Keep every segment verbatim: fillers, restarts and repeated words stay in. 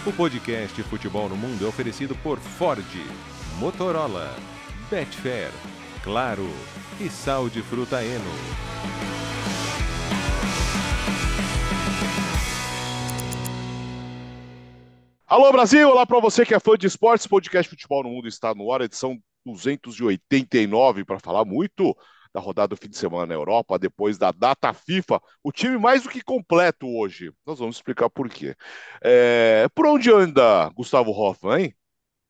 O podcast Futebol no Mundo é oferecido por Ford, Motorola, Betfair, Claro e Sal de Fruta Eno. Alô Brasil, olá para você que é fã de esportes, podcast Futebol no Mundo está no ar, edição duzentos e oitenta e nove, para falar muito da rodada do fim de semana na Europa, depois da data FIFA, o time mais do que completo hoje. Nós vamos explicar por quê. É, por onde anda Gustavo Hoffmann, hein?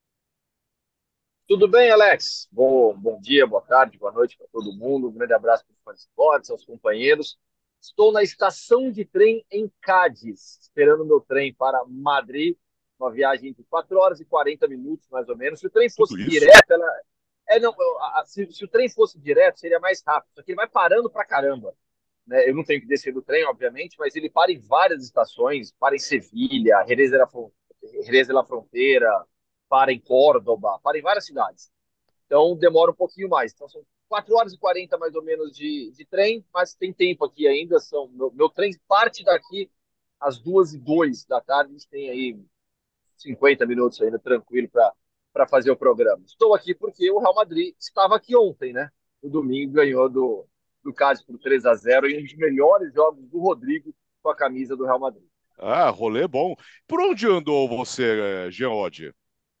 Tudo bem, Alex? Bom, bom dia, boa tarde, boa noite para todo mundo. Um grande abraço para os fãs de esportes, aos companheiros. Estou na estação de trem em Cádiz, esperando o meu trem para Madrid, uma viagem de quatro horas e quarenta minutos, mais ou menos. Se o trem Tudo fosse isso? direto, ela... é, não, a- a- se, se o trem fosse direto, seria mais rápido. Só que ele vai parando para caramba, né? Eu não tenho que descer do trem, obviamente, mas ele para em várias estações, para em Sevilha, Jerez de la, Fron- Jerez de la Fronteira, para em Córdoba, para em várias cidades. Então demora um pouquinho mais. Então são quatro horas e quarenta mais ou menos de, de trem, mas tem tempo aqui ainda. São, meu, meu trem parte daqui às duas e dois da tarde. A gente tem aí cinquenta minutos ainda tranquilo para fazer o programa. Estou aqui porque o Real Madrid estava aqui ontem, né? No domingo ganhou do, do Cádiz por três a zero e um dos melhores jogos do Rodrigo com a camisa do Real Madrid. Ah, rolê bom. Por onde andou você, eh, Geode?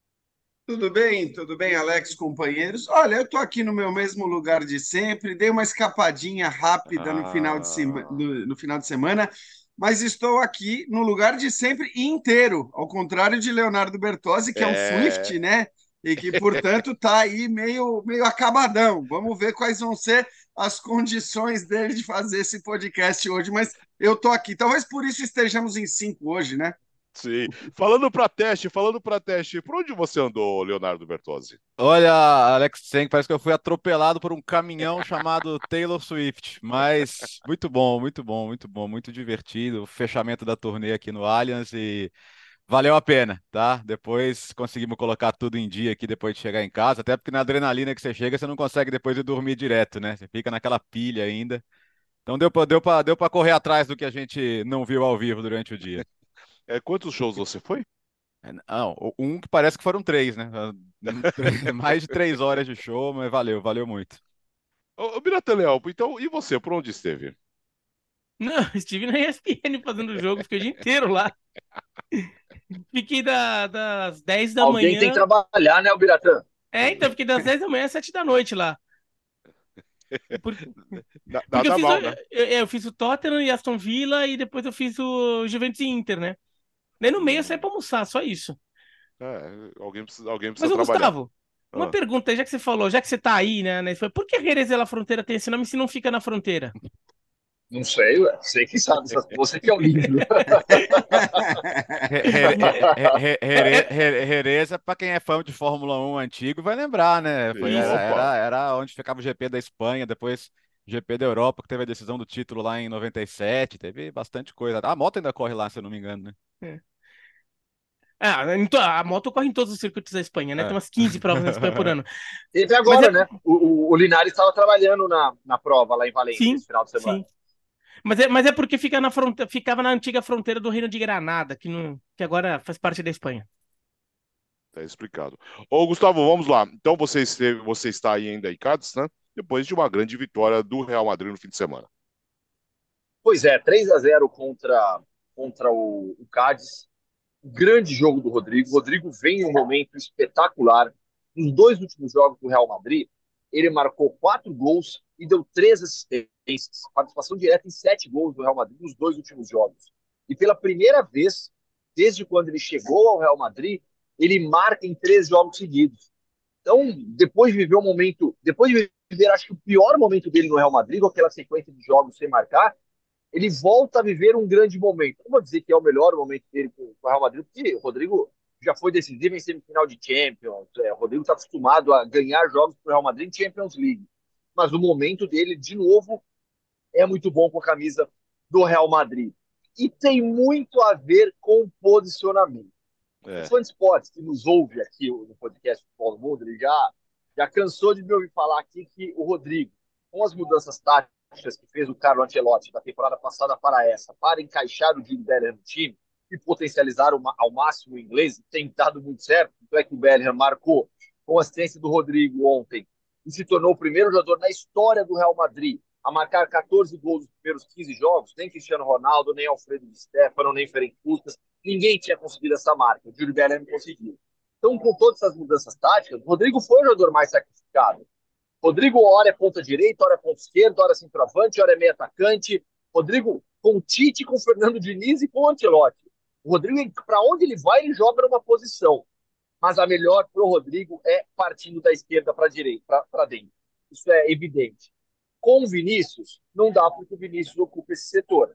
Tudo bem, tudo bem, Alex, companheiros? Olha, eu estou aqui no meu mesmo lugar de sempre, dei uma escapadinha rápida no final de, sema- Ah, no, no final de semana, mas estou aqui no lugar de sempre e inteiro, ao contrário de Leonardo Bertozzi, que é um é. Swift, né? E que, portanto, está aí meio, meio acabadão. Vamos ver quais vão ser as condições dele de fazer esse podcast hoje, mas eu estou aqui. Talvez por isso estejamos em cinco hoje, né? Sim. Falando para teste, falando para teste, por onde você andou, Leonardo Bertozzi? Olha, Alex Senk, parece que eu fui atropelado por um caminhão chamado Taylor Swift, mas muito bom, muito bom, muito bom, muito divertido. O fechamento da turnê aqui no Allianz e valeu a pena, tá? Depois conseguimos colocar tudo em dia aqui depois de chegar em casa, até porque na adrenalina que você chega, você não consegue depois de dormir direto, né? Você fica naquela pilha ainda. Então deu pra, deu pra, deu pra correr atrás do que a gente não viu ao vivo durante o dia. É, quantos shows você foi? É, não, o- um que parece que foram três, né? Mais de três horas de show, mas valeu, valeu muito. Ô, ô, Biratan Leal, então, e você, por onde esteve? Não, estive na E S P N fazendo o jogo, fiquei o dia inteiro lá. Fiquei da- das dez da Alguém tem que manhã. trabalhar, né, o Biratã? É, então, fiquei das dez da manhã às sete da noite lá. Por- Na- Porque eu Nada fiz, o- mal, né? eu, eu fiz o Tottenham e Aston Villa e depois eu fiz o Juventus e Inter, né? Daí no meio eu saí Hum, pra almoçar, só isso. é, alguém precisa, alguém Mas, precisa ô trabalhar. Gustavo, uma Ah. pergunta aí, já que você falou, já que você tá aí, né? né, Por que Jerez de la Fronteira tem esse nome se não fica na fronteira? Não sei, ué. Sei quem sabe. essas- Você que é o livro. Re- re- re- re- É, re- é- re- Hereza, para quem é fã de Fórmula Um antigo, vai lembrar, né? Foi, Sim, era, opa. era, era onde ficava o G P da Espanha, depois G P da Europa, que teve a decisão do título lá em noventa e sete, teve bastante coisa. A moto ainda corre lá, se eu não me engano, né? é. Ah, em to- a moto corre em todos os circuitos da Espanha, né? Tem É. umas quinze provas na Espanha por ano. Teve Mas agora, é. né? O, o, o Linares estava trabalhando na, na prova lá em Valência Sim, esse final de semana. sim. Mas é, mas é porque fica na fronte... ficava na antiga fronteira do Reino de Granada, que, não... que agora faz parte da Espanha. Tá explicado. Ô, Gustavo, vamos lá. Então você, esteve, você está aí ainda em Cádiz, né? Depois de uma grande vitória do Real Madrid no fim de semana. Pois é, três a zero contra, contra o, o Cádiz. Grande jogo do Rodrigo. O Rodrigo vem em um momento espetacular. Nos dois últimos jogos do Real Madrid, ele marcou quatro gols e deu três assistências. Participação direta em sete gols do Real Madrid nos dois últimos jogos. E pela primeira vez, desde quando ele chegou ao Real Madrid, ele marca em três jogos seguidos. Então, depois de viver um momento, depois de viver, acho que o pior momento dele no Real Madrid, com aquela sequência de jogos sem marcar, ele volta a viver um grande momento. Não vou dizer que é o melhor momento dele com o Real Madrid, porque o Rodrigo já foi decisivo em semifinal de Champions. É, o Rodrigo está acostumado a ganhar jogos para o Real Madrid em Champions League. Mas o momento dele, de novo, é muito bom com a camisa do Real Madrid. E tem muito a ver com o posicionamento. O É. fã de esportes que nos ouve aqui no podcast Futebol do Mundo, ele já, já cansou de me ouvir falar aqui que o Rodrigo, com as mudanças táticas que fez o Carlo Ancelotti da temporada passada para essa, para encaixar o Jude Bellingham no time, e potencializar ao máximo o inglês, tem dado muito certo. Tanto é que o Bellingham marcou com a assistência do Rodrigo ontem e se tornou o primeiro jogador na história do Real Madrid a marcar catorze gols nos primeiros quinze jogos. Nem Cristiano Ronaldo, nem Alfredo Di Stefano, nem Ferenc Puskás. Ninguém tinha conseguido essa marca. O Jude Bellingham conseguiu. Então, com todas essas mudanças táticas, o Rodrigo foi o jogador mais sacrificado. Rodrigo, hora é ponta direita, hora é ponta esquerda, hora é centroavante, hora é meio atacante. Rodrigo com o Tite, com o Fernando Diniz e com o Ancelotti. O Rodrigo, para onde ele vai, ele joga numa posição. Mas a melhor para o Rodrigo é partindo da esquerda para a direita, para dentro. Isso é evidente. Com o Vinícius, não dá porque o Vinícius ocupa esse setor.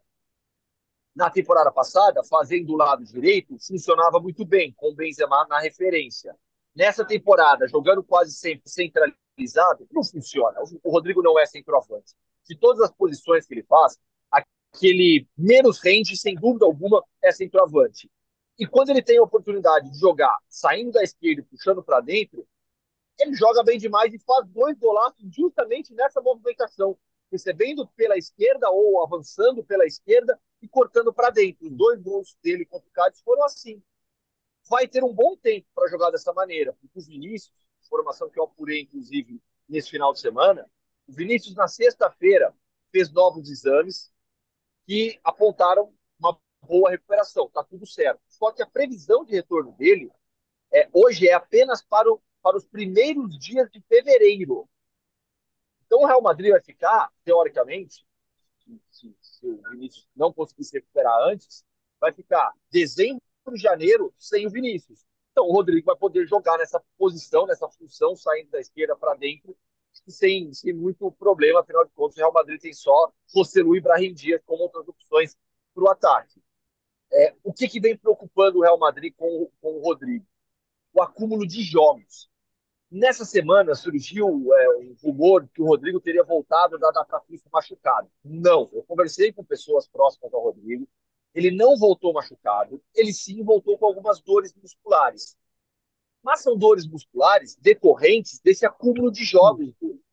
Na temporada passada, fazendo o lado direito, funcionava muito bem, com o Benzema na referência. Nessa temporada, jogando quase sempre centralizado, não funciona. O Rodrigo não é centroavante. De todas as posições que ele faz, aquele menos rende, sem dúvida alguma, é centroavante. E quando ele tem a oportunidade de jogar saindo da esquerda e puxando para dentro, ele joga bem demais e faz dois golaços justamente nessa movimentação, recebendo pela esquerda ou avançando pela esquerda e cortando para dentro. Os dois gols dele contra o Cádiz foram assim. Vai ter um bom tempo para jogar dessa maneira, porque o Vinícius, informação que eu apurei, inclusive, nesse final de semana, o Vinícius, na sexta-feira, fez novos exames que apontaram uma boa recuperação, está tudo certo. Só que a previsão de retorno dele é, hoje é apenas para, o, para os primeiros dias de fevereiro. Então o Real Madrid vai ficar, teoricamente, se, se o Vinícius não conseguir se recuperar antes, vai ficar dezembro e janeiro sem o Vinícius. Então o Rodrigo vai poder jogar nessa posição, nessa função, saindo da esquerda para dentro, sem, sem muito problema. Afinal de contas, o Real Madrid tem só Joselu e Brahim Dias como outras opções para o ataque. É, o que, que vem preocupando o Real Madrid com, com o Rodrigo? O acúmulo de jogos. Nessa semana surgiu é, um rumor que o Rodrigo teria voltado da data FIFA machucado. Não, eu conversei com pessoas próximas ao Rodrigo, ele não voltou machucado, ele sim voltou com algumas dores musculares. Mas são dores musculares decorrentes desse acúmulo de jogos.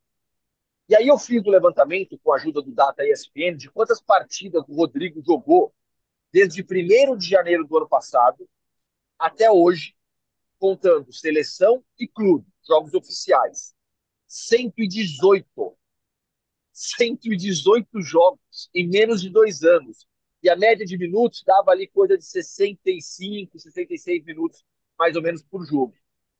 E aí eu fiz o levantamento com a ajuda do Data E S P N de quantas partidas o Rodrigo jogou desde primeiro de janeiro do ano passado até hoje, contando seleção e clube, jogos oficiais. cento e dezoito. cento e dezoito jogos em menos de dois anos. E a média de minutos dava ali coisa de sessenta e cinco, sessenta e seis minutos, mais ou menos, por jogo.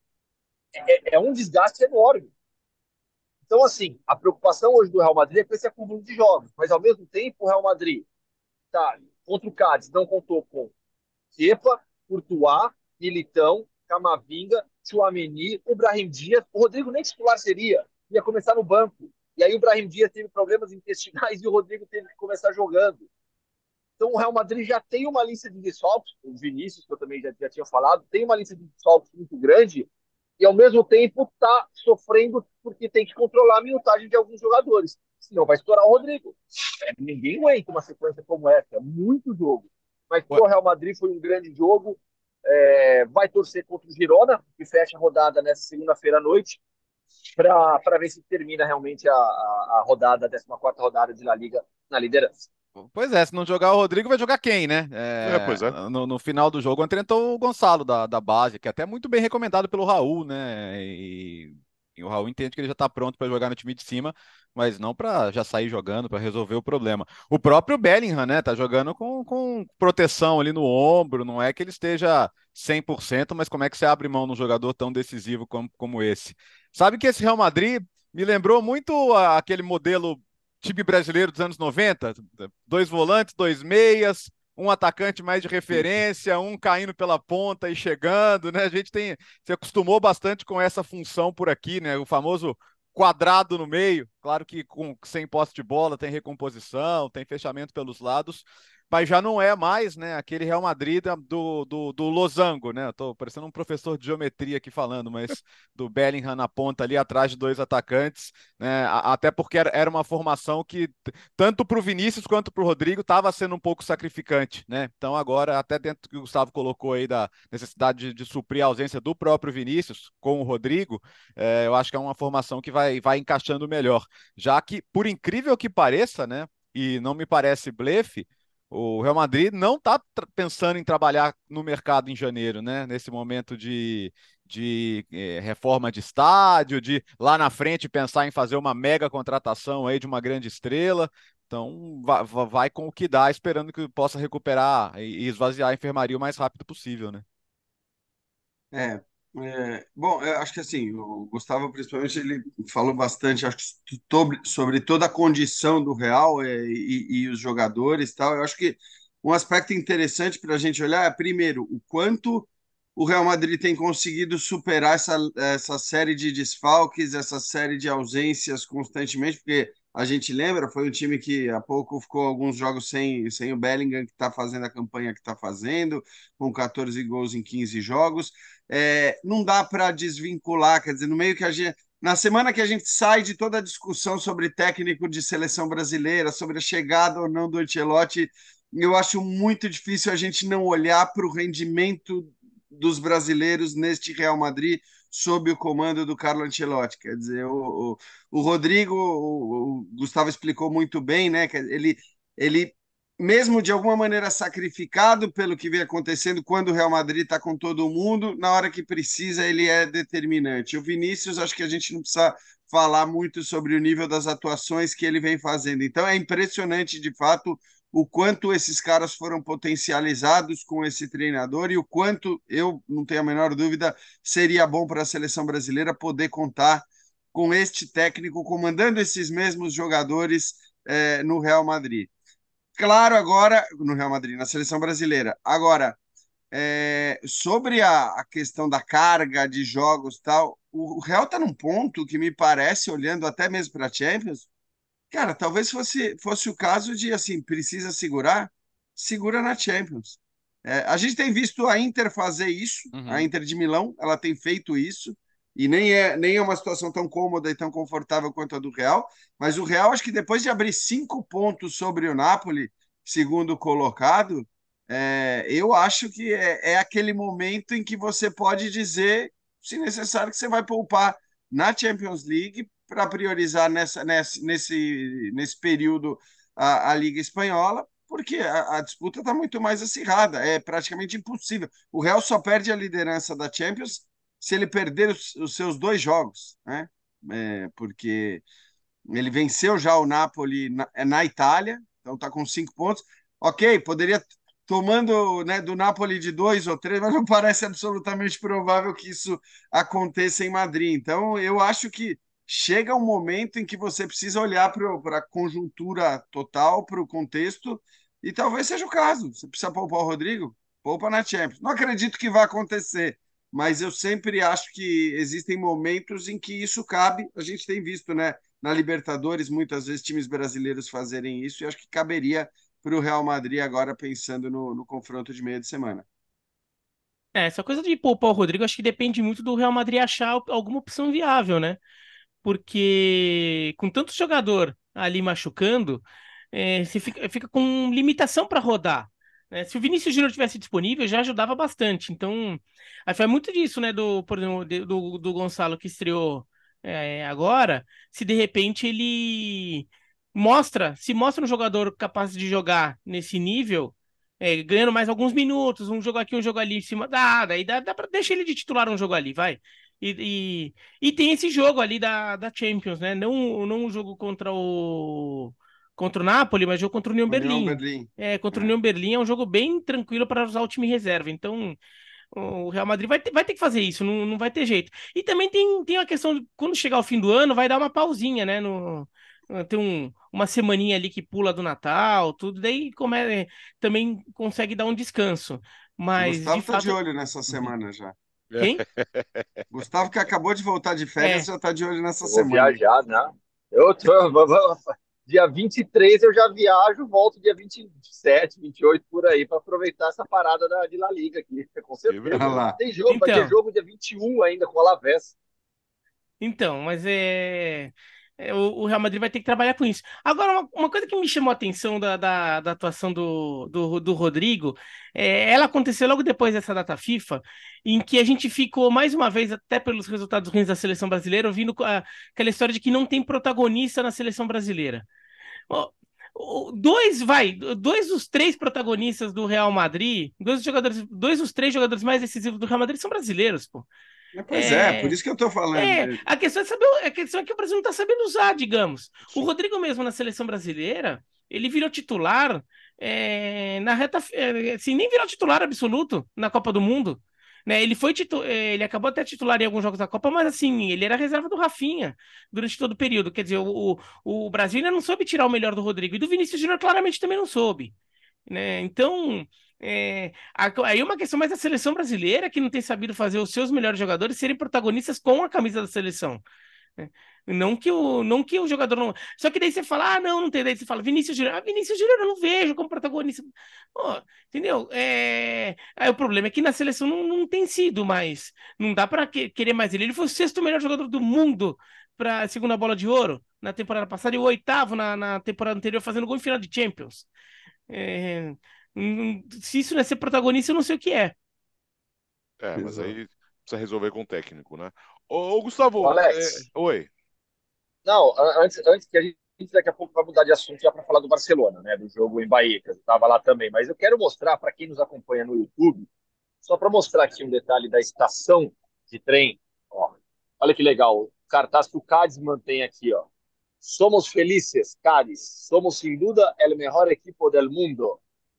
É, é um desgaste enorme. Então, assim, a preocupação hoje do Real Madrid é com esse acúmulo de jogos. Mas, ao mesmo tempo, o Real Madrid, tá, contra o Cádiz, não contou com Kepa, Courtois, Militão, Camavinga, Tchouaméni, o Brahim Dias. O Rodrigo nem titular seria, ia começar no banco. E aí o Brahim Dias teve problemas intestinais e o Rodrigo teve que começar jogando. Então o Real Madrid já tem uma lista de desfalques, o Vinícius, que eu também já, já tinha falado, tem uma lista de desfalques muito grande e ao mesmo tempo está sofrendo porque tem que controlar a minutagem de alguns jogadores. Senão vai estourar o Rodrigo. É, ninguém aguenta uma sequência como essa, é muito jogo. Mas para o Real Madrid foi um grande jogo. É, vai torcer contra o Girona, que fecha a rodada nessa segunda-feira à noite, para ver se termina realmente a, a, a rodada, a décima quarta rodada de La Liga na liderança. Pois é, se não jogar o Rodrigo, vai jogar quem, né? É, É, pois é. No, no final do jogo, enfrentou o Gonçalo da, da base, que é até muito bem recomendado pelo Raul, né? E, e o Raul entende que ele já está pronto para jogar no time de cima, mas não para já sair jogando, para resolver o problema. O próprio Bellingham, né? Tá jogando com, com proteção ali no ombro, não é que ele esteja cem por cento, mas como é que você abre mão num jogador tão decisivo como, como esse? Sabe que esse Real Madrid me lembrou muito a, aquele modelo time brasileiro dos anos noventa, dois volantes, dois meias, um atacante mais de referência, um caindo pela ponta e chegando, né? A gente tem, se acostumou bastante com essa função por aqui, né? O famoso quadrado no meio, claro que com, sem posse de bola, tem recomposição, tem fechamento pelos lados, mas já não é mais, né, aquele Real Madrid do, do, do losango, né? Eu tô parecendo um professor de geometria aqui falando, mas do Bellingham na ponta ali atrás de dois atacantes, né? Até porque era, era uma formação que tanto para o Vinícius quanto para o Rodrigo estava sendo um pouco sacrificante, né? Então agora, até dentro do que o Gustavo colocou aí da necessidade de, de suprir a ausência do próprio Vinícius com o Rodrigo, é, eu acho que é uma formação que vai, vai encaixando melhor. Já que, por incrível que pareça, né? E não me parece blefe, o Real Madrid não está pensando em trabalhar no mercado em janeiro, né? Nesse momento de, de eh, reforma de estádio, de lá na frente pensar em fazer uma mega contratação aí de uma grande estrela. Então vai, vai com o que dá, esperando que possa recuperar e esvaziar a enfermaria o mais rápido possível, né? É, é, bom, eu acho que assim, o Gustavo, principalmente, ele falou bastante, acho que sobre, sobre toda a condição do Real é, e, e os jogadores e tal. Eu acho que um aspecto interessante para a gente olhar é, primeiro, o quanto o Real Madrid tem conseguido superar essa, essa série de desfalques, essa série de ausências constantemente, porque a gente lembra, foi um time que há pouco ficou alguns jogos sem, sem o Bellingham, que está fazendo a campanha que está fazendo, com quatorze gols em quinze jogos. É, não dá para desvincular, quer dizer, no meio que a gente. Na semana que a gente sai de toda a discussão sobre técnico de seleção brasileira, sobre a chegada ou não do Ancelotti, eu acho muito difícil a gente não olhar para o rendimento dos brasileiros neste Real Madrid sob o comando do Carlo Ancelotti. Quer dizer, o, o, o Rodrigo, o, o Gustavo explicou muito bem, né? Ele, ele mesmo de alguma maneira sacrificado pelo que vem acontecendo quando o Real Madrid está com todo mundo, na hora que precisa ele é determinante. O Vinícius, acho que a gente não precisa falar muito sobre o nível das atuações que ele vem fazendo. Então é impressionante, de fato, o quanto esses caras foram potencializados com esse treinador e o quanto, eu não tenho a menor dúvida, seria bom para a seleção brasileira poder contar com este técnico comandando esses mesmos jogadores eh, no Real Madrid. Claro, agora, no Real Madrid, na seleção brasileira. Agora, é, sobre a, a questão da carga de jogos e tal, o, o Real está num ponto que me parece, olhando até mesmo para a Champions, cara, talvez fosse, fosse o caso de, assim, precisa segurar, segura na Champions. É, a gente tem visto a Inter fazer isso, a Uhum. Inter de Milão, ela tem feito isso, e nem é, nem é uma situação tão cômoda e tão confortável quanto a do Real, mas o Real, acho que depois de abrir cinco pontos sobre o Napoli, segundo colocado, é, eu acho que é, é aquele momento em que você pode dizer, se necessário, que você vai poupar na Champions League para priorizar nessa, nesse, nesse, nesse período a, a Liga Espanhola, porque a, a disputa está muito mais acirrada, é praticamente impossível. O Real só perde a liderança da Champions se ele perder os, os seus dois jogos, né? É, porque ele venceu já o Napoli na, na Itália, então está com cinco pontos. Ok, poderia tomando, né, do Napoli de dois ou três, mas não parece absolutamente provável que isso aconteça em Madrid. Então, eu acho que chega um momento em que você precisa olhar para a conjuntura total, para o contexto, e talvez seja o caso. Você precisa poupar o Rodrigo? Poupa na Champions. Não acredito que vai acontecer, mas eu sempre acho que existem momentos em que isso cabe. A gente tem visto, né, na Libertadores, muitas vezes times brasileiros fazerem isso, e acho que caberia para o Real Madrid agora pensando no, no confronto de meia de semana. É, essa coisa de poupar o Rodrigo, acho que depende muito do Real Madrid achar alguma opção viável, né? Porque com tanto jogador ali machucando, é, você fica, fica com limitação para rodar, né? Se o Vinícius Júnior tivesse disponível, já ajudava bastante. Então, aí foi muito disso, né? Do, por exemplo, de- do, do Gonçalo que estreou é, agora, se de repente ele mostra, se mostra um jogador capaz de jogar nesse nível, é, ganhando mais alguns minutos, um jogo aqui, um jogo ali em cima, dá, daí dá, dá para deixar ele de titular um jogo ali, vai. E, e, e tem esse jogo ali da, da Champions, né? Não, não o jogo contra o contra o Napoli, mas jogo contra o União União Berlim. Berlim. É, contra o É. União Berlim é um jogo bem tranquilo para usar o time reserva. Então, o Real Madrid vai ter, vai ter que fazer isso, não, não vai ter jeito. E também tem, tem a questão de quando chegar o fim do ano, vai dar uma pausinha, né? No, tem um, uma semaninha ali que pula do Natal, tudo, daí como é, também consegue dar um descanso. O Mas, de Gustavo tá de fato, olho nessa semana já. quem? Gustavo, que acabou de voltar de férias, É, já tá de olho nessa Eu vou semana. viajar, né? Eu tô, dia vinte e três eu já viajo, volto dia vinte vinte e sete vinte e oito por aí, para aproveitar essa parada da, de La Liga aqui, com Que Olha certeza. beleza. lá. Tem jogo, vai ter então. jogo dia vinte e um ainda com o Alavés. Então, mas é, é, o, o Real Madrid vai ter que trabalhar com isso. Agora, uma, uma coisa que me chamou a atenção da, da, da atuação do, do, do Rodrigo, é, ela aconteceu logo depois dessa data FIFA, em que a gente ficou, mais uma vez, até pelos resultados ruins da seleção brasileira, ouvindo a- aquela história de que não tem protagonista na seleção brasileira. Ó, Dois, vai, dois dos três protagonistas do Real Madrid, dois dos jogadores, dois dos três jogadores mais decisivos do Real Madrid são brasileiros, pô. Pois é, é por isso que eu tô falando. É, a questão é saber, a questão é que o Brasil não tá sabendo usar, digamos. O Rodrigo mesmo na seleção brasileira, ele virou titular é, na reta, é, assim, nem virou titular absoluto na Copa do Mundo. Né? Ele foi titu... ele acabou até titular em alguns jogos da Copa, mas assim, ele era reserva do Rafinha durante todo o período. Quer dizer, o, o, o Brasil ainda não soube tirar o melhor do Rodrigo, e do Vinícius Júnior claramente também não soube. Né? Então, é, aí é uma questão mais da seleção brasileira, que não tem sabido fazer os seus melhores jogadores serem protagonistas com a camisa da seleção. Né? Não que, o, não que o jogador não. Só que daí você fala, ah, não, não tem. Daí você fala, Vinícius Júnior. Ah, Vinícius Júnior eu não vejo como protagonista. Pô, entendeu? É... Aí o problema é que na seleção não, não tem sido mais. Não dá para que, querer mais ele. Ele foi o sexto melhor jogador do mundo para a segunda bola de ouro na temporada passada e o oitavo na, na temporada anterior, fazendo gol em final de Champions. É... Se isso não é ser protagonista, eu não sei o que é. É, mas aí precisa resolver com o técnico, né? Ô, ô Gustavo, Alex. É... oi. Não, antes, antes que a gente daqui a pouco vai mudar de assunto já para falar do Barcelona, né? Do jogo em Bahia, que eu estava lá também. Mas eu quero mostrar para quem nos acompanha no YouTube, só para mostrar aqui um detalhe da estação de trem. Ó, olha que legal, o cartaz que o Cádiz mantém aqui, ó. Somos felices, Cádiz. Somos sem dúvida el mejor equipo del mundo.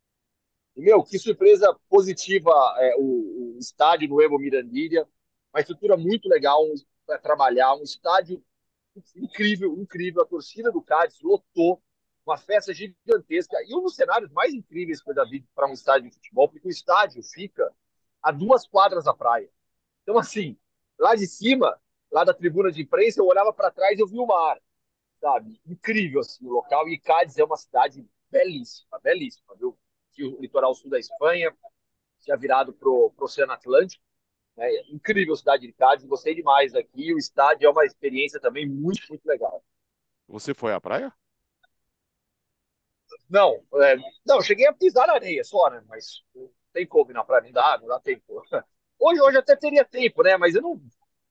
E, meu, que surpresa positiva é, o, o estádio no Evo Mirandilla. Uma estrutura muito legal para trabalhar, um estádio incrível, incrível. A torcida do Cádiz lotou, uma festa gigantesca. E um dos cenários mais incríveis que eu já vi para um estádio de futebol, porque o estádio fica a duas quadras da praia. Então, assim, lá de cima, lá da tribuna de imprensa, eu olhava para trás e eu vi o mar, sabe? Incrível, assim, o local. E Cádiz é uma cidade belíssima, belíssima, viu? Que o litoral sul da Espanha tinha virado para o Oceano Atlântico. É incrível a cidade de Cádiz, gostei demais aqui. O estádio é uma experiência também muito, muito legal. Você foi à praia? Não, é, não, cheguei a pisar na areia só, né? Mas não tem como ir na praia, não dá, não dá tempo. Hoje, hoje até teria tempo, né? Mas eu não.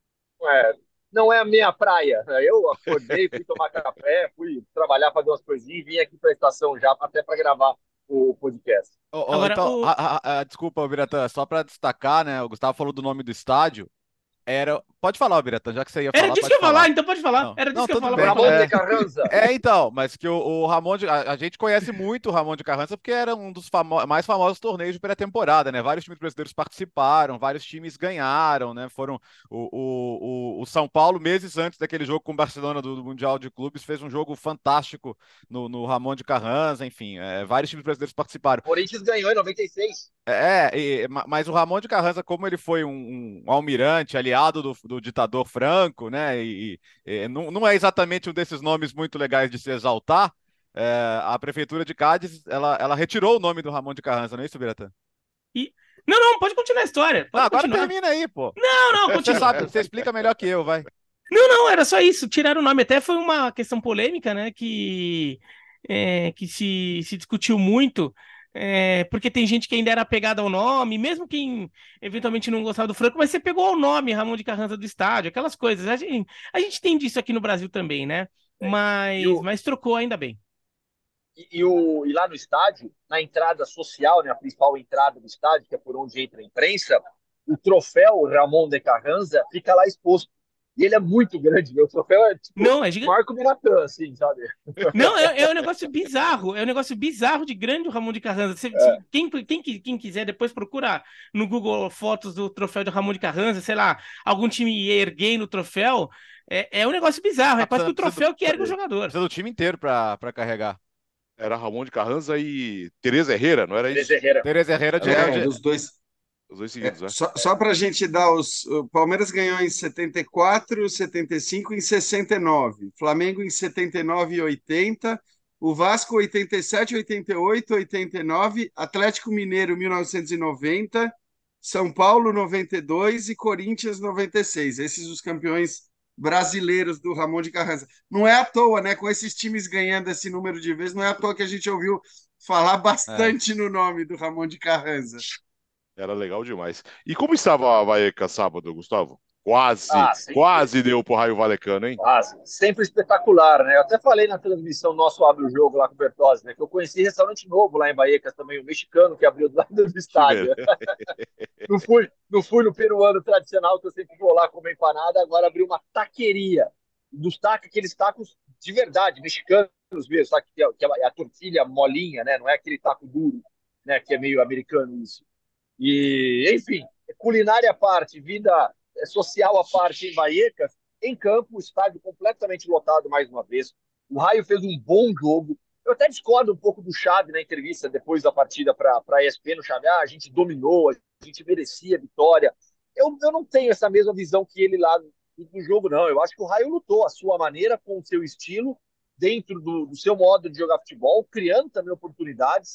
É, não é a minha praia. Eu acordei, fui tomar café, fui trabalhar, fazer umas coisinhas e vim aqui para a estação já, até para gravar o podcast. Oh, oh, Agora, então, o... a, a, a, desculpa, Biratã, só para destacar, né? O Gustavo falou do nome do estádio. Era. Pode falar, Biratã, já que você ia Era falar, disso pode que eu ia falar. falar, então pode falar. Não, Era disso não, que eu ia tudo falar. bem. pode Ramon falar. de Carranza. É, então, mas que o, o Ramon de, a, a gente conhece muito o Ramon de Carranza porque era um dos famo mais famosos torneios de pré-temporada, né? Vários times brasileiros participaram, vários times ganharam, né? Foram o, o, o, o São Paulo, meses antes daquele jogo com o Barcelona do, do Mundial de Clubes, fez um jogo fantástico no, no Ramon de Carranza, enfim, é, vários times brasileiros participaram. O Corinthians ganhou em noventa e seis. É, e, mas o Ramon de Carranza, como ele foi um, um almirante, aliado do, do ditador Franco, né? E, e não, não é exatamente um desses nomes muito legais de se exaltar. É, a prefeitura de Cádiz, ela, ela retirou o nome do Ramon de Carranza, não é isso, Biratã? E... Não, não, pode continuar a história. Pode Não, agora continuar. termina aí, pô. Não, não, Você continua. sabe, você explica melhor que eu, vai. Não, não, era só isso. Tiraram o nome. Até foi uma questão polêmica, né? Que, é, que se, se discutiu muito. É, porque tem gente que ainda era apegada ao nome, mesmo quem eventualmente não gostava do Franco, mas você pegou o nome Ramon de Carranza do estádio, aquelas coisas. A gente, a gente tem disso aqui no Brasil também, né? Mas, o, mas trocou ainda bem. E, e, o, e lá no estádio, na entrada social, né, a principal entrada do estádio, que é por onde entra a imprensa, o troféu Ramon de Carranza fica lá exposto. E ele é muito grande, meu. O troféu é tipo Não, é gigante. Marco Miratã, assim, sabe? Não, é, é um negócio bizarro. É um negócio bizarro de grande o Ramon de Carranza. Se, É. se, quem, quem, quem quiser, depois procura no Google fotos do troféu de Ramon de Carranza, sei lá, algum time erguendo o troféu. É, é um negócio bizarro. É Ah, quase que o precisa- troféu que precisa- ergue o jogador. Precisa do time inteiro pra, pra carregar. Era Ramon de Carranza e Tereza Herrera, não era isso? Tereza Herrera. Tereza Herrera de, É, de- dos dois. Os dois É, seguidos, né? só só para a gente dar os. O Palmeiras ganhou em setenta e quatro, setenta e cinco e em sessenta e nove. Flamengo em setenta e nove e oitenta. O Vasco oitenta e sete, oitenta e oito, oitenta e nove. Atlético Mineiro mil novecentos e noventa. São Paulo noventa e dois e Corinthians noventa e seis. Esses os campeões brasileiros do Ramon de Carranza. Não é à toa, né? Com esses times ganhando esse número de vezes, não é à toa que a gente ouviu falar bastante no nome do Ramon de Carranza. Era legal demais. E como estava a Vallecas sábado, Gustavo? Quase, Ah, sempre, quase deu pro Raio Valecano, hein? quase. Sempre espetacular, né? Eu até falei na transmissão nosso Abre o Jogo lá com o Bertozzi, né? Que eu conheci restaurante novo lá em Baecas também, o mexicano que abriu do lado do Que ver. estádio. Não fui, não fui no peruano tradicional, que eu sempre vou lá comer empanada, agora abriu uma taqueria. Dos tacos, aqueles tacos de verdade, mexicanos mesmo, sabe? Que é, que é a tortilha molinha, né? Não é aquele taco duro, né? Que é meio americano isso. E, enfim, culinária à parte, vida social à parte em Vallecas, em campo, o estádio completamente lotado mais uma vez. O Raio fez um bom jogo. Eu até discordo um pouco do Xavi na entrevista depois da partida para a E S P N. O Xavi, ah, a gente dominou, a gente merecia a vitória. Eu, eu não tenho essa mesma visão que ele lá do, do jogo, não. Eu acho que o Raio lutou à sua maneira, com o seu estilo, dentro do, do seu modo de jogar futebol, criando também oportunidades,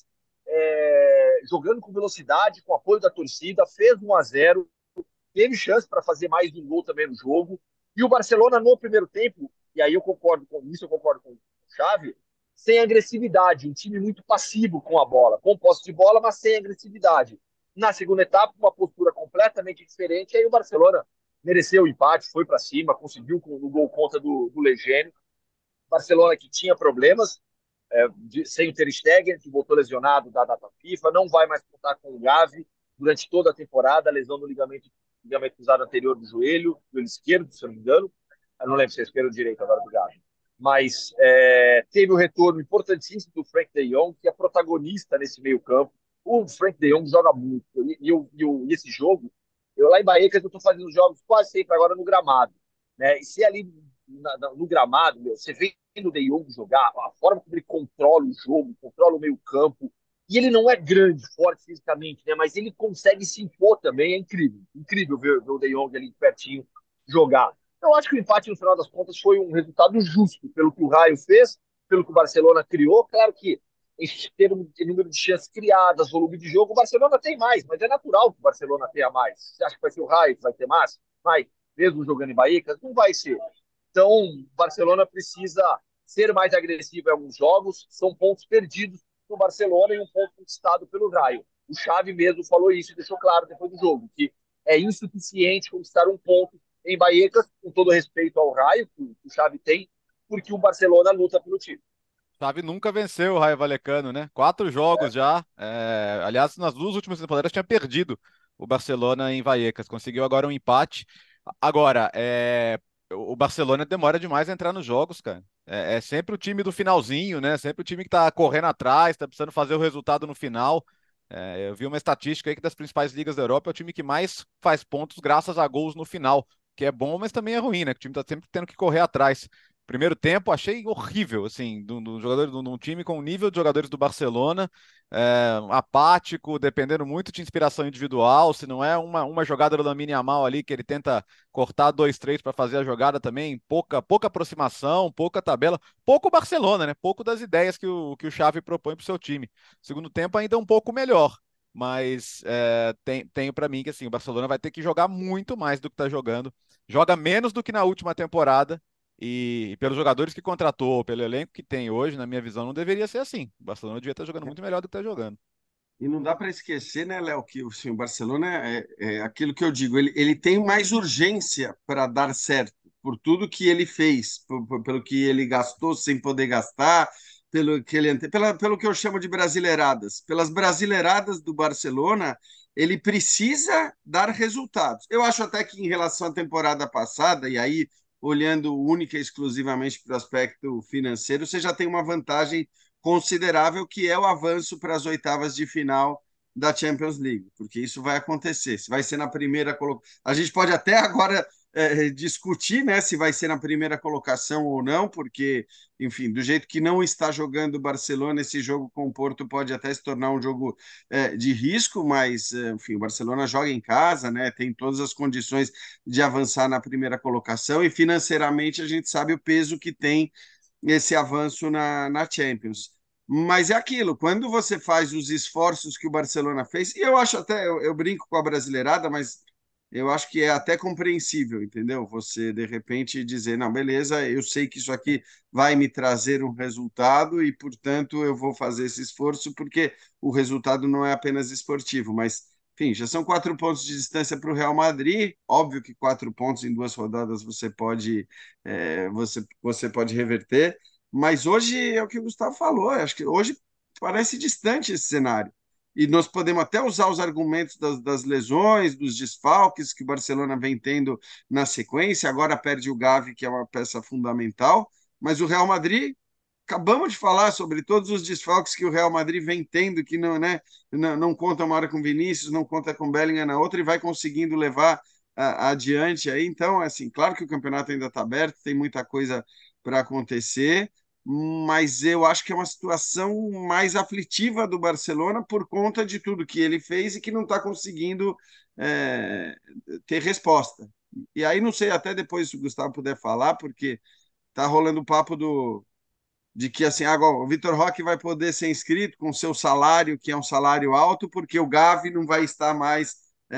é, jogando com velocidade, com apoio da torcida, fez um a zero, teve chance para fazer mais um gol também no jogo. E o Barcelona, no primeiro tempo, e aí eu concordo com isso, eu concordo com o Xavi, sem agressividade, um time muito passivo com a bola, com posse de bola, mas sem agressividade. Na segunda etapa, uma postura completamente diferente, aí o Barcelona mereceu o empate, foi para cima, conseguiu com o gol contra do, do Legênio. Barcelona que tinha problemas, é, de, sem o Ter Stegen, que voltou lesionado da data FIFA, não vai mais contar com o Gavi durante toda a temporada, lesão no ligamento, ligamento cruzado anterior do joelho, do joelho esquerdo, se eu não me engano. Eu não lembro se é esquerdo ou direito agora do Gavi. Mas é, teve o retorno importantíssimo do Frank de Jong, que é protagonista nesse meio campo. O Frank de Jong joga muito. E, e, e, e esse jogo, eu lá em Baecas, eu estou fazendo jogos quase sempre agora no gramado. Né? E se ali na, na, no gramado, meu, você vê o De Jong jogar, a forma como ele controla o jogo, controla o meio campo, e ele não é grande, forte fisicamente, né? Mas ele consegue se impor também, é incrível. Incrível ver, ver o De Jong ali pertinho jogar. Eu acho que o empate, no final das contas, foi um resultado justo, pelo que o Raio fez, pelo que o Barcelona criou. Claro que em termos de número de chances criadas, volume de jogo, o Barcelona tem mais, mas é natural que o Barcelona tenha mais. Você acha que vai ser o Raio que vai ter mais? Vai, mesmo jogando em Bahia? Não vai ser. Então, o Barcelona precisa ser mais agressivo em alguns jogos. São pontos perdidos no Barcelona e um ponto conquistado pelo Raio. O Xavi mesmo falou isso e deixou claro depois do jogo, que é insuficiente conquistar um ponto em Vallecas, com todo respeito ao Raio, que o Xavi tem, porque o Barcelona luta pelo título. Xavi nunca venceu o Raio Vallecano, né? Quatro jogos É. já. É, aliás, nas duas últimas temporadas tinha perdido o Barcelona em Vallecas. Conseguiu agora um empate. Agora, é, o Barcelona demora demais a entrar nos jogos, cara. É, é sempre o time do finalzinho, né? Sempre o time que tá correndo atrás, tá precisando fazer o resultado no final. É, eu vi uma estatística aí que das principais ligas da Europa é o time que mais faz pontos graças a gols no final, que é bom, mas também é ruim, né? Que o time tá sempre tendo que correr atrás. Primeiro tempo, achei horrível, assim, do, do jogador, de um time com o nível de jogadores do Barcelona, é, apático, dependendo muito de inspiração individual. Se não é uma, uma jogada do Lamine Yamal ali que ele tenta cortar dois, três para fazer a jogada também, pouca, pouca aproximação, pouca tabela, pouco Barcelona, né? Pouco das ideias que o, que o Xavi propõe para o seu time. Segundo tempo ainda um pouco melhor, mas é, tem, tenho para mim que assim, o Barcelona vai ter que jogar muito mais do que está jogando, joga menos do que na última temporada. E pelos jogadores que contratou, pelo elenco que tem hoje, na minha visão, não deveria ser assim. O Barcelona devia estar jogando muito melhor do que está jogando. E não dá para esquecer, né, Léo, que assim, o Barcelona é, é aquilo que eu digo, ele, ele tem mais urgência para dar certo, por tudo que ele fez, por, por, pelo que ele gastou sem poder gastar, pelo que ele pela, pelo que eu chamo de brasileiradas. Pelas brasileiradas do Barcelona, ele precisa dar resultados. Eu acho até que em relação à temporada passada, e aí olhando única e exclusivamente para o aspecto financeiro, você já tem uma vantagem considerável, que é o avanço para as oitavas de final da Champions League, porque isso vai acontecer. Se vai ser na primeira colocação, a gente pode até agora é, discutir, né, se vai ser na primeira colocação ou não, porque, enfim, do jeito que não está jogando o Barcelona, esse jogo com o Porto pode até se tornar um jogo é, de risco, mas, enfim, o Barcelona joga em casa, né, tem todas as condições de avançar na primeira colocação e financeiramente a gente sabe o peso que tem esse avanço na, na Champions. Mas é aquilo, quando você faz os esforços que o Barcelona fez, e eu acho até, eu, eu brinco com a brasileirada, mas eu acho que é até compreensível, entendeu? Você, de repente, dizer, não, beleza, eu sei que isso aqui vai me trazer um resultado e, portanto, eu vou fazer esse esforço, porque o resultado não é apenas esportivo, mas enfim, já são quatro pontos de distância para o Real Madrid. Óbvio que quatro pontos em duas rodadas você pode, é, você, você pode reverter, mas hoje é o que o Gustavo falou. Acho que hoje parece distante esse cenário. E nós podemos até usar os argumentos das, das lesões, dos desfalques que o Barcelona vem tendo na sequência. Agora perde o Gavi, que é uma peça fundamental, mas o Real Madrid acabamos de falar sobre todos os desfalques que o Real Madrid vem tendo, que não, né, não, não conta uma hora com Vinícius, não conta com Bellingham na outra e vai conseguindo levar a, adiante aí. Então, assim, claro que o campeonato ainda está aberto, tem muita coisa para acontecer, mas eu acho que é uma situação mais aflitiva do Barcelona por conta de tudo que ele fez e que não está conseguindo é, ter resposta. E aí, não sei, até depois se o Gustavo puder falar, porque tá rolando o papo do de que assim, agora o Vitor Roque vai poder ser inscrito com seu salário, que é um salário alto, porque o Gavi não vai estar mais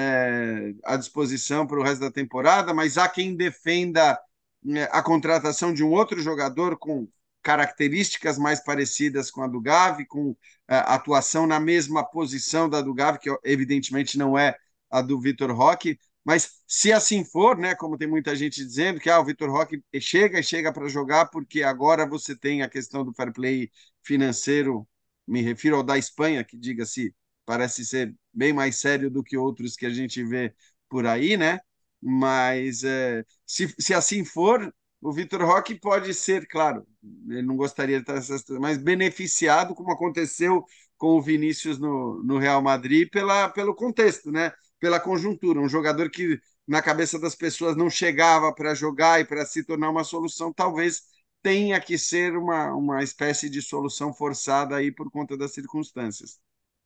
é, à disposição para o resto da temporada, mas há quem defenda é, a contratação de um outro jogador com características mais parecidas com a do Gavi, com é, atuação na mesma posição da do Gavi, que evidentemente não é a do Vitor Roque, mas se assim for, né, como tem muita gente dizendo que ah, o Vitor Roque chega e chega para jogar porque agora você tem a questão do fair play financeiro, me refiro ao da Espanha, que diga-se, parece ser bem mais sério do que outros que a gente vê por aí, né? Mas é, se, se assim for, o Vitor Roque pode ser, claro, ele não gostaria de estar, mas beneficiado, como aconteceu com o Vinícius no, no Real Madrid, pela, pelo contexto, né? Pela conjuntura. Um jogador que na cabeça das pessoas não chegava para jogar e para se tornar uma solução, talvez tenha que ser uma, uma espécie de solução forçada aí por conta das circunstâncias.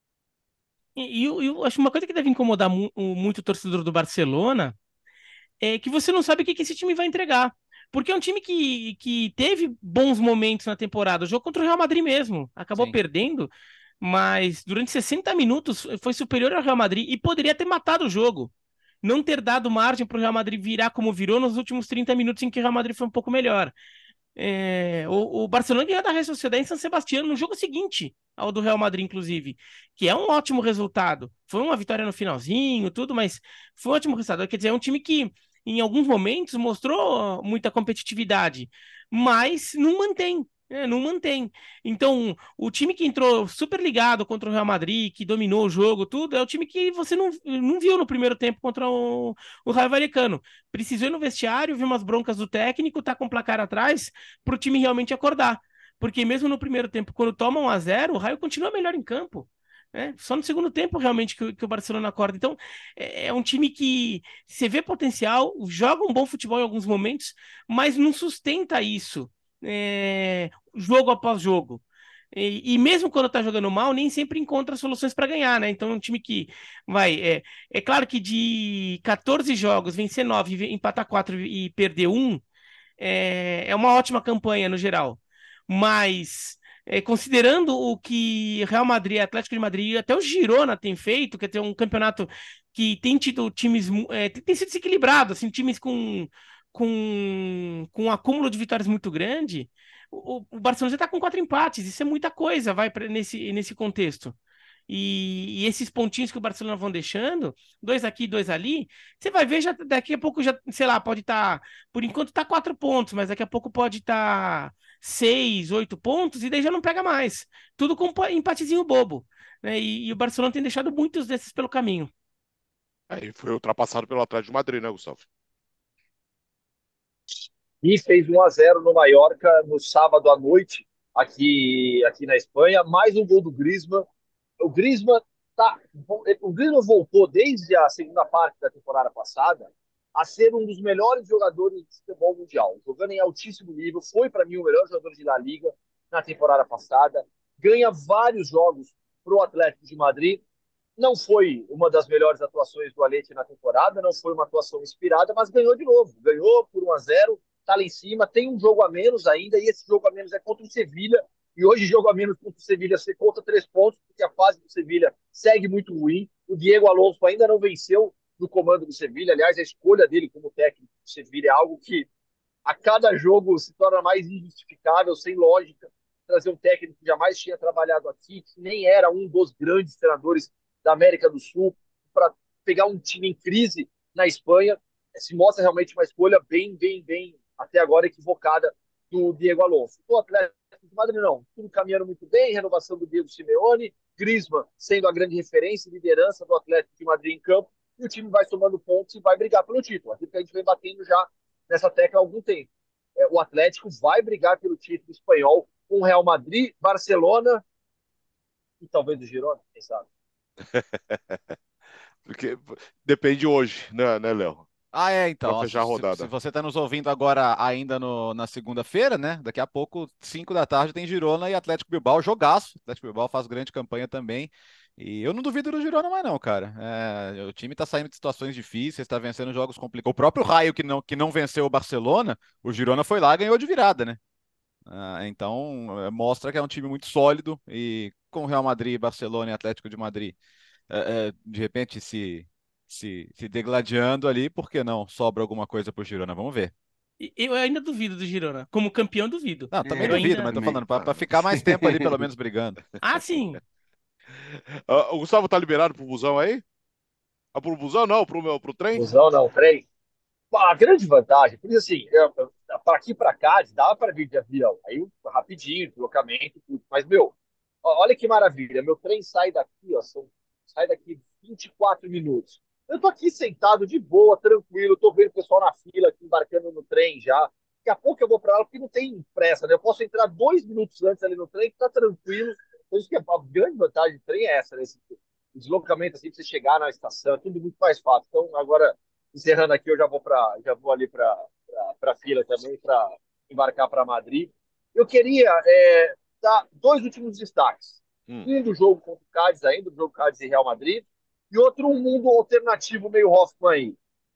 E, e eu, eu acho uma coisa que deve incomodar mu muito o torcedor do Barcelona é que você não sabe o que, que esse time vai entregar. Porque é um time que, que teve bons momentos na temporada. O jogo contra o Real Madrid mesmo. Acabou Sim. perdendo, mas durante sessenta minutos foi superior ao Real Madrid e poderia ter matado o jogo. Não ter dado margem para o Real Madrid virar como virou nos últimos trinta minutos em que o Real Madrid foi um pouco melhor. É, o, o Barcelona ganhou da Real Sociedade em San Sebastián no jogo seguinte ao do Real Madrid, inclusive, que é um ótimo resultado. Foi uma vitória no finalzinho, tudo, mas foi um ótimo resultado. Quer dizer, é um time que em alguns momentos mostrou muita competitividade, mas não mantém. É, não mantém. Então, o time que entrou super ligado contra o Real Madrid, que dominou o jogo, tudo, é o time que você não, não viu no primeiro tempo contra o, o Raio Vallecano. Precisou ir no vestiário, viu umas broncas do técnico, tá com o placar atrás, para o time realmente acordar. Porque mesmo no primeiro tempo, quando toma um a zero, o Raio continua melhor em campo. Né? Só no segundo tempo, realmente, que, que o Barcelona acorda. Então, é, é um time que você vê potencial, joga um bom futebol em alguns momentos, mas não sustenta isso é, jogo após jogo. E, e mesmo quando tá jogando mal, nem sempre encontra soluções para ganhar, né? Então é um time que vai. É, é claro que de quatorze jogos, vencer nove, empatar quatro e perder um é, é uma ótima campanha no geral. Mas. É, considerando o que Real Madrid, Atlético de Madrid e até o Girona tem feito, que é ter um campeonato que tem tido times, é, tem sido desequilibrado, assim, times com, com, com um acúmulo de vitórias muito grande, o, o Barcelona já está com quatro empates, isso é muita coisa, vai pra, nesse, nesse contexto. E, e esses pontinhos que o Barcelona vão deixando, dois aqui, dois ali, você vai ver já daqui a pouco já, sei lá, pode estar, tá, por enquanto tá quatro pontos, mas daqui a pouco pode estar tá seis, oito pontos e daí já não pega mais. Tudo com um empatezinho bobo, né? E, e o Barcelona tem deixado muitos desses pelo caminho. É, e foi ultrapassado pelo Atlético de Madrid, né, Gustavo? E fez um a zero no Mallorca no sábado à noite, aqui, aqui na Espanha. Mais um gol do Griezmann. O Griezmann, tá, o Griezmann voltou desde a segunda parte da temporada passada a ser um dos melhores jogadores de futebol mundial, jogando em altíssimo nível. Foi, para mim, o melhor jogador de La Liga na temporada passada. Ganha vários jogos para o Atlético de Madrid. Não foi uma das melhores atuações do Alete na temporada, não foi uma atuação inspirada, mas ganhou de novo. Ganhou por um a zero, tá lá em cima, tem um jogo a menos ainda, e esse jogo a menos é contra o Sevilha, e hoje jogo a menos contra o Sevilha se conta três pontos, porque a fase do Sevilha segue muito ruim. O Diego Alonso ainda não venceu no comando do Sevilha, aliás, a escolha dele como técnico do Sevilha é algo que a cada jogo se torna mais injustificável, sem lógica. Trazer um técnico que jamais tinha trabalhado aqui, que nem era um dos grandes treinadores da América do Sul, para pegar um time em crise na Espanha. Se mostra realmente uma escolha bem, bem, bem, até agora, equivocada do Diego Alonso. O Atlético de Madrid não, tudo caminhando muito bem, renovação do Diego Simeone, Griezmann sendo a grande referência e liderança do Atlético de Madrid em campo, e o time vai somando pontos e vai brigar pelo título. Aquilo que a gente vem batendo já nessa tecla há algum tempo. É, o Atlético vai brigar pelo título espanhol com o Real Madrid, Barcelona e talvez o Girona, quem sabe? Porque depende hoje, né, né, Léo? Ah, é, então. Para Ó, fechar a se, se- se rodada. você está nos ouvindo agora ainda no- na segunda-feira, né? Daqui a pouco, cinco da tarde, tem Girona e Atlético Bilbao, jogaço. Atlético Bilbao faz grande campanha também. E eu não duvido do Girona mais não, cara. É, o time está saindo de situações difíceis, está vencendo jogos complicados. O próprio Raio, que não, que não venceu o Barcelona, o Girona foi lá e ganhou de virada, né? Ah, então, é, mostra que é um time muito sólido e com Real Madrid, Barcelona e Atlético de Madrid é, é, de repente se, se, se degladiando ali, por que não? Sobra alguma coisa pro Girona, vamos ver. E eu ainda duvido do Girona. Como campeão, duvido. Não, também É, Eu duvido, eu mas ainda. tô também. falando, para ficar mais tempo ali, pelo menos brigando. Ah, sim. Ah, o Gustavo tá liberado pro busão aí? Ah, pro busão não, pro meu, pro trem? Busão não, trem. A grande vantagem, porque assim, para aqui para cá, dava para vir de avião, aí rapidinho, deslocamento, tudo. Mas, meu, olha que maravilha, meu trem sai daqui, ó, são, sai daqui vinte e quatro minutos. Eu tô aqui sentado de boa, tranquilo, tô vendo o pessoal na fila aqui embarcando no trem já. Daqui a pouco eu vou para lá, porque não tem pressa, né? Eu posso entrar dois minutos antes ali no trem, que tá tranquilo. Então, isso que é a grande vantagem do trem é essa, né? Esse deslocamento assim, pra você chegar na estação, é tudo muito mais fácil. Então, agora encerrando aqui, eu já vou para já vou ali para a fila também para embarcar para Madrid. Eu queria é, dar dois últimos destaques. Hum. Um do jogo contra o Cádiz ainda, do jogo Cádiz e Real Madrid, e outro um mundo alternativo meio Hoffman aí.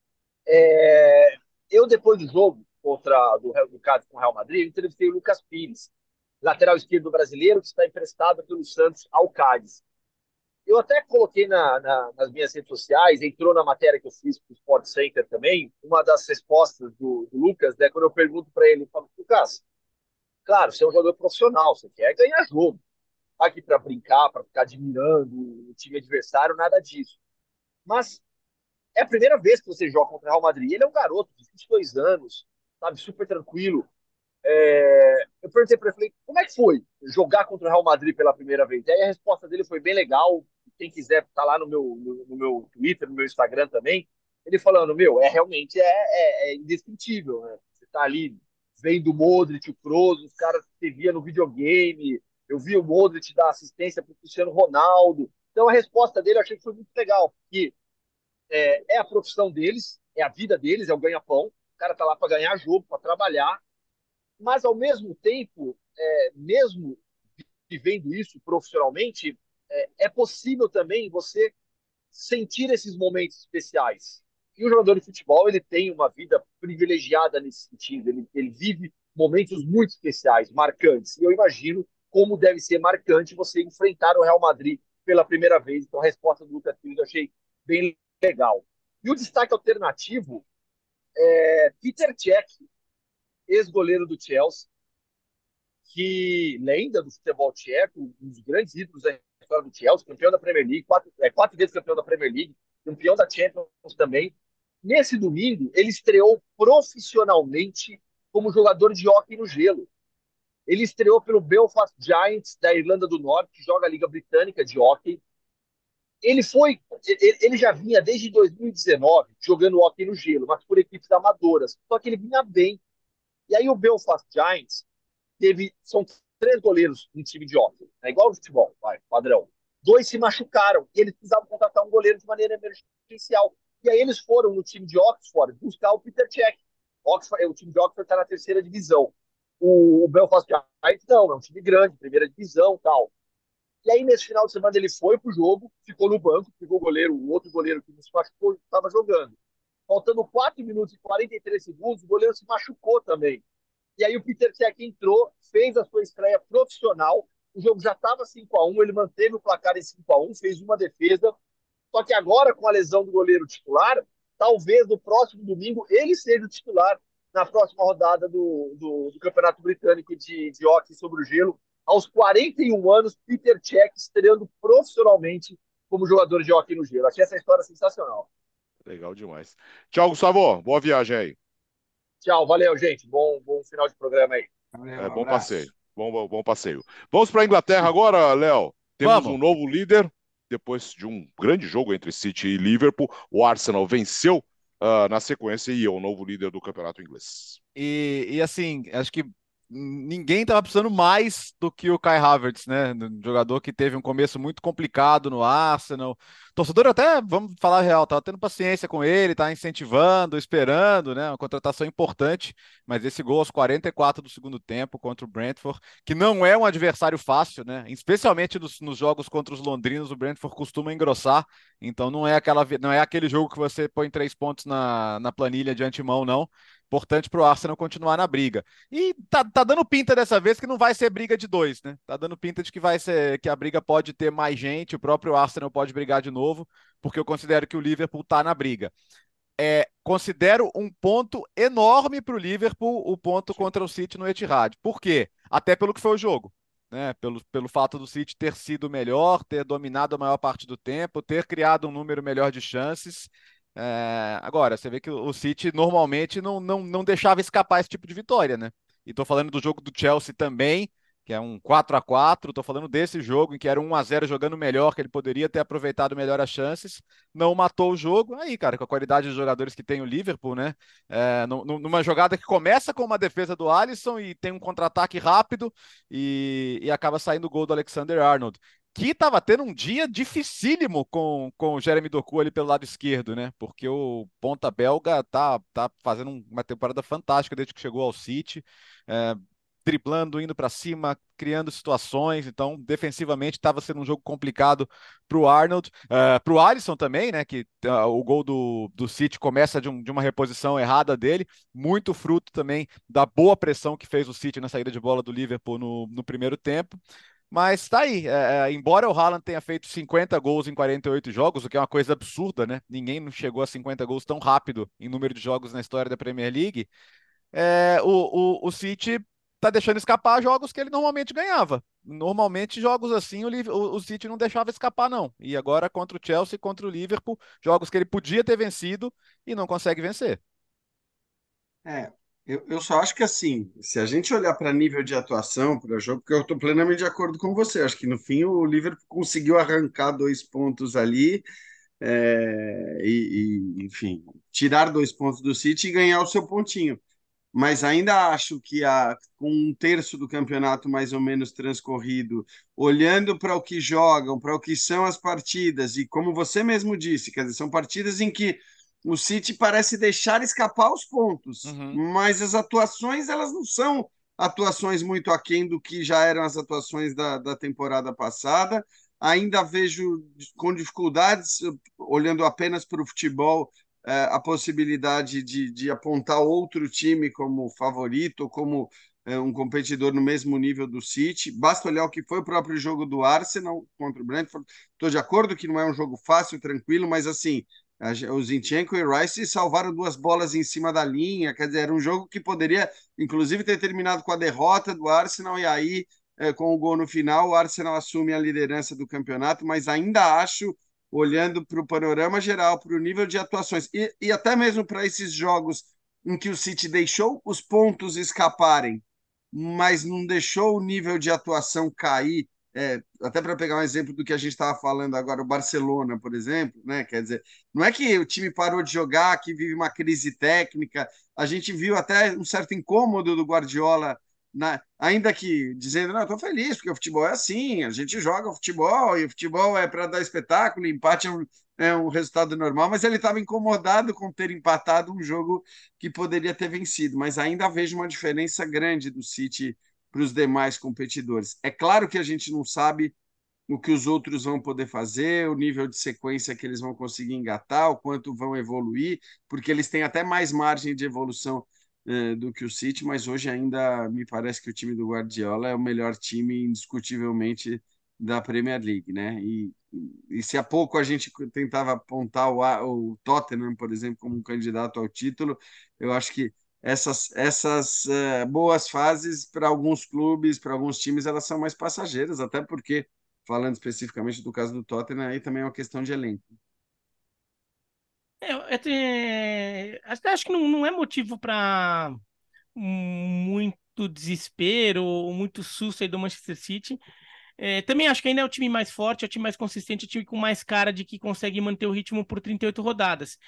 É, eu, depois do jogo contra do, do Cádiz com o Real Madrid, eu entrevistei o Lucas Pires, lateral esquerdo brasileiro, que está emprestado pelo Santos ao Cádiz. Eu até coloquei na, na, nas minhas redes sociais, entrou na matéria que eu fiz para o Sport Center também, uma das respostas do, do Lucas, né, quando eu pergunto para ele, eu falo, Lucas, claro, você é um jogador profissional, você quer ganhar jogo, tá aqui para brincar, para ficar admirando o time adversário, nada disso. Mas é a primeira vez que você joga contra o Real Madrid, ele é um garoto de vinte e dois anos, sabe, super tranquilo. É, eu perguntei para ele, falei, como é que foi jogar contra o Real Madrid pela primeira vez? E aí a resposta dele foi bem legal. Quem quiser tá lá no meu, no, no meu Twitter, no meu Instagram também. Ele falando, meu, é realmente é, é, é indescritível, né? Você tá ali vendo o Modric, o Kroos, os caras que você via no videogame. Eu vi o Modric dar assistência para o Cristiano Ronaldo. Então a resposta dele eu achei que foi muito legal, porque é, é a profissão deles, é a vida deles, é o ganha-pão. O cara tá lá para ganhar jogo, para trabalhar, mas ao mesmo tempo, é, mesmo vivendo isso profissionalmente, é, é possível também você sentir esses momentos especiais. E o jogador de futebol ele tem uma vida privilegiada nesse sentido, ele, ele vive momentos muito especiais, marcantes. E eu imagino como deve ser marcante você enfrentar o Real Madrid pela primeira vez. Então a resposta do Lucas Pires eu achei bem legal. E o destaque alternativo é Peter Cech, ex-goleiro do Chelsea, que lenda do futebol tcheco, um dos grandes ídolos da história do Chelsea, campeão da Premier League, quatro, é, quatro vezes campeão da Premier League, campeão da Champions também. Nesse domingo, ele estreou profissionalmente como jogador de hóquei no gelo. Ele estreou pelo Belfast Giants da Irlanda do Norte, que joga a Liga Britânica de hóquei. Ele foi, ele já vinha desde dois mil e dezenove jogando hóquei no gelo, mas por equipes amadoras. Só que ele vinha bem. E aí o Belfast Giants teve, são três goleiros no time de hóquei, é igual no futebol, vai, padrão. Dois se machucaram e eles precisavam contratar um goleiro de maneira emergencial. E aí eles foram no time de Oxford buscar o Peter Cech. Oxford, o time de Oxford está na terceira divisão. O, o Belfast Giants não, é um time grande, primeira divisão, tal. E aí nesse final de semana ele foi pro jogo, ficou no banco, ficou o goleiro, o outro goleiro que não se machucou, estava jogando. Faltando quatro minutos e quarenta e três segundos, o goleiro se machucou também. E aí o Peter Cech entrou, fez a sua estreia profissional, o jogo já estava cinco a um, ele manteve o placar em cinco a um, fez uma defesa, só que agora com a lesão do goleiro titular, talvez no próximo domingo ele seja o titular na próxima rodada do, do, do Campeonato Britânico de, de Hóquei sobre o Gelo. Aos quarenta e um anos, Peter Cech estreando profissionalmente como jogador de hóquei no gelo. Achei essa história sensacional. Legal demais. Tchau, Gustavo. Boa viagem aí. Tchau, valeu, gente. Bom, bom final de programa aí. Valeu, É, um bom abraço. passeio. Bom, bom, bom passeio. Vamos para a Inglaterra agora, Léo. Temos um Vamos! novo líder. Depois de um grande jogo entre City e Liverpool, o Arsenal venceu uh, na sequência e é o novo líder do campeonato inglês. E, e assim, acho que ninguém estava precisando mais do que o Kai Havertz, né? Um jogador que teve um começo muito complicado no Arsenal. Torcedor até, vamos falar a real, tava tendo paciência com ele, tá incentivando, esperando, né? Uma contratação importante, mas esse gol aos quarenta e quatro do segundo tempo contra o Brentford, que não é um adversário fácil, né? Especialmente nos, nos jogos contra os londrinos, o Brentford costuma engrossar, então não é aquela, não é aquele jogo que você põe três pontos na, na planilha de antemão, não. Importante para o Arsenal continuar na briga. E tá, tá dando pinta dessa vez que não vai ser briga de dois, né? Tá dando pinta de que vai ser que a briga pode ter mais gente, o próprio Arsenal pode brigar de novo, porque eu considero que o Liverpool tá na briga. É, considero um ponto enorme para o Liverpool o ponto Sim. contra o City no Etihad. Por quê? Até pelo que foi o jogo. Né? Pelo, pelo fato do City ter sido melhor, ter dominado a maior parte do tempo, ter criado um número melhor de chances. É, agora, você vê que o City normalmente não, não, não deixava escapar esse tipo de vitória, né? E tô falando do jogo do Chelsea também, que é um quatro a quatro. Tô falando desse jogo em que era um a zero jogando melhor, que ele poderia ter aproveitado melhor as chances, não matou o jogo. Aí, cara, com a qualidade dos jogadores que tem o Liverpool, né? É, numa jogada que começa com uma defesa do Alisson e tem um contra-ataque rápido e, e acaba saindo o gol do Alexander-Arnold, que estava tendo um dia dificílimo com, com o Jeremy Doku ali pelo lado esquerdo, né? Porque o ponta belga tá, tá fazendo uma temporada fantástica desde que chegou ao City, é, driblando, indo para cima, criando situações. Então, defensivamente, estava sendo um jogo complicado para o Arnold, uh, para o Alisson também, né? Que uh, o gol do, do City começa de, um, de uma reposição errada dele, muito fruto também da boa pressão que fez o City na saída de bola do Liverpool no, no primeiro tempo. Mas tá aí, é, é, embora o Haaland tenha feito cinquenta gols em quarenta e oito jogos, o que é uma coisa absurda, né? Ninguém não chegou a cinquenta gols tão rápido em número de jogos na história da Premier League. É, o, o, o City tá deixando escapar jogos que ele normalmente ganhava. Normalmente, jogos assim, o, o, o City não deixava escapar, não. E agora, contra o Chelsea, contra o Liverpool, jogos que ele podia ter vencido e não consegue vencer. É, eu, eu só acho que assim, se a gente olhar para nível de atuação para o jogo, porque eu estou plenamente de acordo com você, acho que no fim o Liverpool conseguiu arrancar dois pontos ali, é, e, e, enfim, tirar dois pontos do City e ganhar o seu pontinho. Mas ainda acho que a, com um terço do campeonato mais ou menos transcorrido, olhando para o que jogam, para o que são as partidas, e como você mesmo disse, quer dizer, são partidas em que o City parece deixar escapar os pontos, Uhum. mas as atuações elas não são atuações muito aquém do que já eram as atuações da, da temporada passada. Ainda vejo com dificuldades, olhando apenas para o futebol, a possibilidade de, de apontar outro time como favorito, como é, um competidor no mesmo nível do City. Basta olhar o que foi o próprio jogo do Arsenal contra o Brentford. Estou de acordo que não é um jogo fácil, tranquilo, mas assim, o Zinchenko e o Rice salvaram duas bolas em cima da linha. Quer dizer, era um jogo que poderia, inclusive, ter terminado com a derrota do Arsenal e aí, é, com o gol no final, o Arsenal assume a liderança do campeonato, mas ainda acho, olhando para o panorama geral, para o nível de atuações, e, e até mesmo para esses jogos em que o City deixou os pontos escaparem, mas não deixou o nível de atuação cair. É, até para pegar um exemplo do que a gente estava falando agora, o Barcelona, por exemplo, né? Quer dizer, não é que o time parou de jogar, que vive uma crise técnica. A gente viu até um certo incômodo do Guardiola, na, ainda que dizendo, não, estou feliz, porque o futebol é assim, a gente joga futebol, e o futebol é para dar espetáculo, empate é um, é um resultado normal, mas ele estava incomodado com ter empatado um jogo que poderia ter vencido, mas ainda vejo uma diferença grande do City para os demais competidores. É claro que a gente não sabe o que os outros vão poder fazer, o nível de sequência que eles vão conseguir engatar, o quanto vão evoluir, porque eles têm até mais margem de evolução eh, do que o City, mas hoje ainda me parece que o time do Guardiola é o melhor time, indiscutivelmente, da Premier League, né? E, e se há pouco a gente tentava apontar o, o Tottenham, por exemplo, como um candidato ao título, eu acho que essas, essas uh, boas fases para alguns clubes, para alguns times, elas são mais passageiras, até porque falando especificamente do caso do Tottenham, aí também é uma questão de elenco. É, eu te- acho acho que não, não é motivo para muito desespero ou muito susto aí do Manchester City. É, também acho que ainda é o time mais forte, é o time mais consistente, é o time com mais cara de que consegue manter o ritmo por trinta e oito rodadas.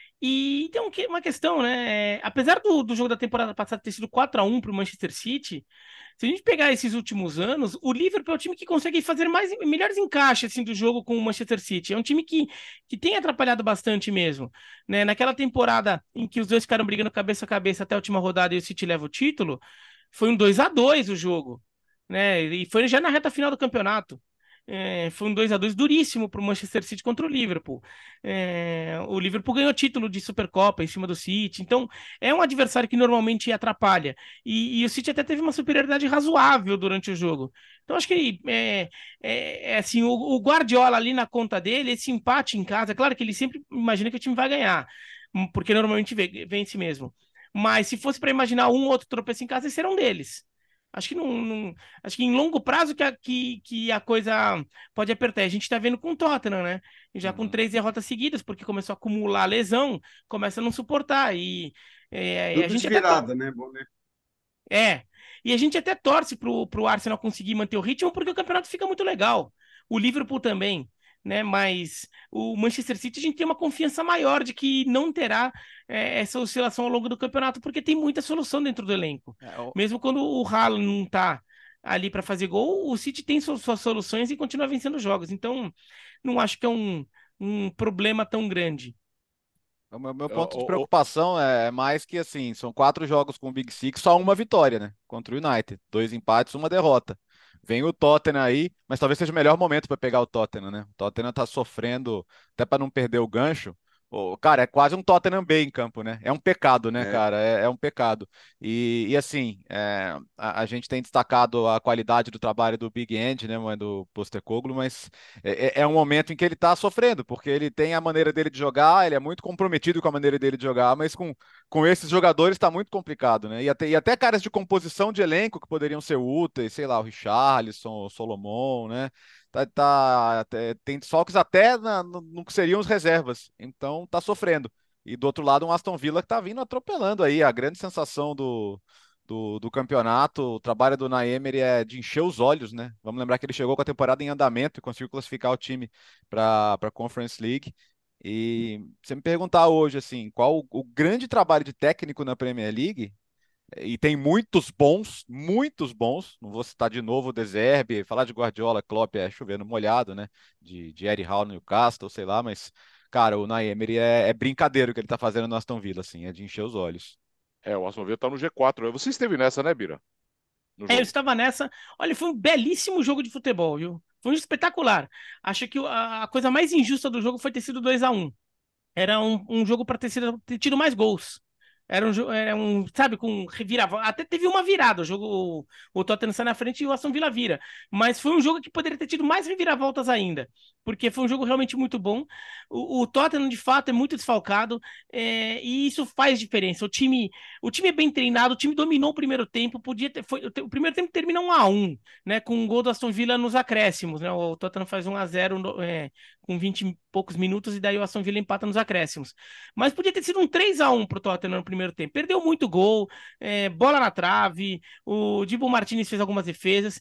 E tem um que- uma questão, né? É, apesar do, do jogo da temporada passada ter sido quatro a um para o Manchester City, se a gente pegar esses últimos anos, o Liverpool é o time que consegue fazer mais, melhores encaixes assim, do jogo com o Manchester City. É um time que, que tem atrapalhado bastante mesmo. Né? Naquela temporada em que os dois ficaram brigando cabeça a cabeça até a última rodada e o City leva o título, foi um dois a dois o jogo. Né? E foi já na reta final do campeonato. É, foi um dois a dois duríssimo para o Manchester City contra o Liverpool. É, o Liverpool ganhou título de Supercopa em cima do City, então é um adversário que normalmente atrapalha. E, e o City até teve uma superioridade razoável durante o jogo. Então acho que é, é, é assim, o, o Guardiola ali na conta dele, esse empate em casa, é claro que ele sempre imagina que o time vai ganhar, porque normalmente vence mesmo. Mas se fosse para imaginar um ou outro tropeço em casa, esse era um deles. Acho que não, não- acho que em longo prazo que a, que, que a coisa pode apertar. A gente tá vendo com o Tottenham, né? Já com Uhum. três derrotas seguidas, porque começou a acumular lesão, começa a não suportar. E é, a Tudo gente de até to- virada, né? Bom, né? é, e a gente até torce pro, pro Arsenal conseguir manter o ritmo, porque o campeonato fica muito legal. O Liverpool também, né? Mas o Manchester City a gente tem uma confiança maior de que não terá é, essa oscilação ao longo do campeonato, porque tem muita solução dentro do elenco. É, o- Mesmo quando o Haaland não tá ali para fazer gol, o City tem suas, suas soluções e continua vencendo jogos. Então, não acho que é um, um problema tão grande. o meu, meu ponto de O, o, preocupação é mais que assim, são quatro jogos com o Big Six, só uma vitória, né? Contra o United. Dois empates, uma derrota. Vem o Tottenham aí, mas talvez seja o melhor momento para pegar o Tottenham, né? O Tottenham tá sofrendo, até para não perder o gancho. Ô, cara, é quase um Tottenham B em campo, né? É um pecado, né, É, cara? É, é um pecado. E, e assim, é, a, a gente tem destacado a qualidade do trabalho do Big End, né, mãe, do Postecoglou, mas é, é é um momento em que ele tá sofrendo, porque ele tem a maneira dele de jogar, ele é muito comprometido com a maneira dele de jogar, mas com, com esses jogadores está muito complicado, né? E até, e até caras de composição de elenco que poderiam ser úteis, sei lá, o Richarlison, o Solomon, né? Tá, tá- até- tem desfalques até na- no, no que seriam os reservas, então tá sofrendo. E do outro lado, um Aston Villa que tá vindo atropelando aí, a grande sensação do, do, do campeonato. O trabalho do Unai Emery é de encher os olhos, né? Vamos lembrar que ele chegou com a temporada em andamento e conseguiu classificar o time para a Conference League. E você me perguntar hoje, assim, qual o, o grande trabalho de técnico na Premier League, e tem muitos bons, muitos bons. Não vou citar de novo o De Zerbi, falar de Guardiola, Klopp é chovendo molhado, né? De, de Eddie Howe no Newcastle, sei lá, mas, cara, o Unai Emery é, é brincadeira o que ele tá fazendo no Aston Villa, assim, é de encher os olhos. é, o Aston Villa tá no G quatro. Você esteve nessa, né, Bira? No É, eu jogo. estava nessa. Olha, foi um belíssimo jogo de futebol, viu? Foi um espetacular. Acho que a, a coisa mais injusta do jogo foi ter sido dois a um. Era um, um jogo para ter, sido- ter tido mais gols. Era um, jo- era um, sabe, com reviravolta. Até teve uma virada. O jogo, o, o Tottenham sai na frente e o Aston Villa vira. Mas foi um jogo que poderia ter tido mais reviravoltas ainda. Porque foi um jogo realmente muito bom. O, o Tottenham, de fato, é muito desfalcado. É, e isso faz diferença. O time, o time é bem treinado, o time dominou o primeiro tempo. Podia ter, foi, o, te- o primeiro tempo termina um a um, né? Com um gol do Aston Villa nos acréscimos. Né? O Tottenham faz um a zero no- é, com vinte e poucos minutos, e daí o Aston Villa empata nos acréscimos. Mas podia ter sido um três a um pro Tottenham no primeiro tempo. Perdeu muito gol, é, bola na trave, o Dibu Martinez fez algumas defesas.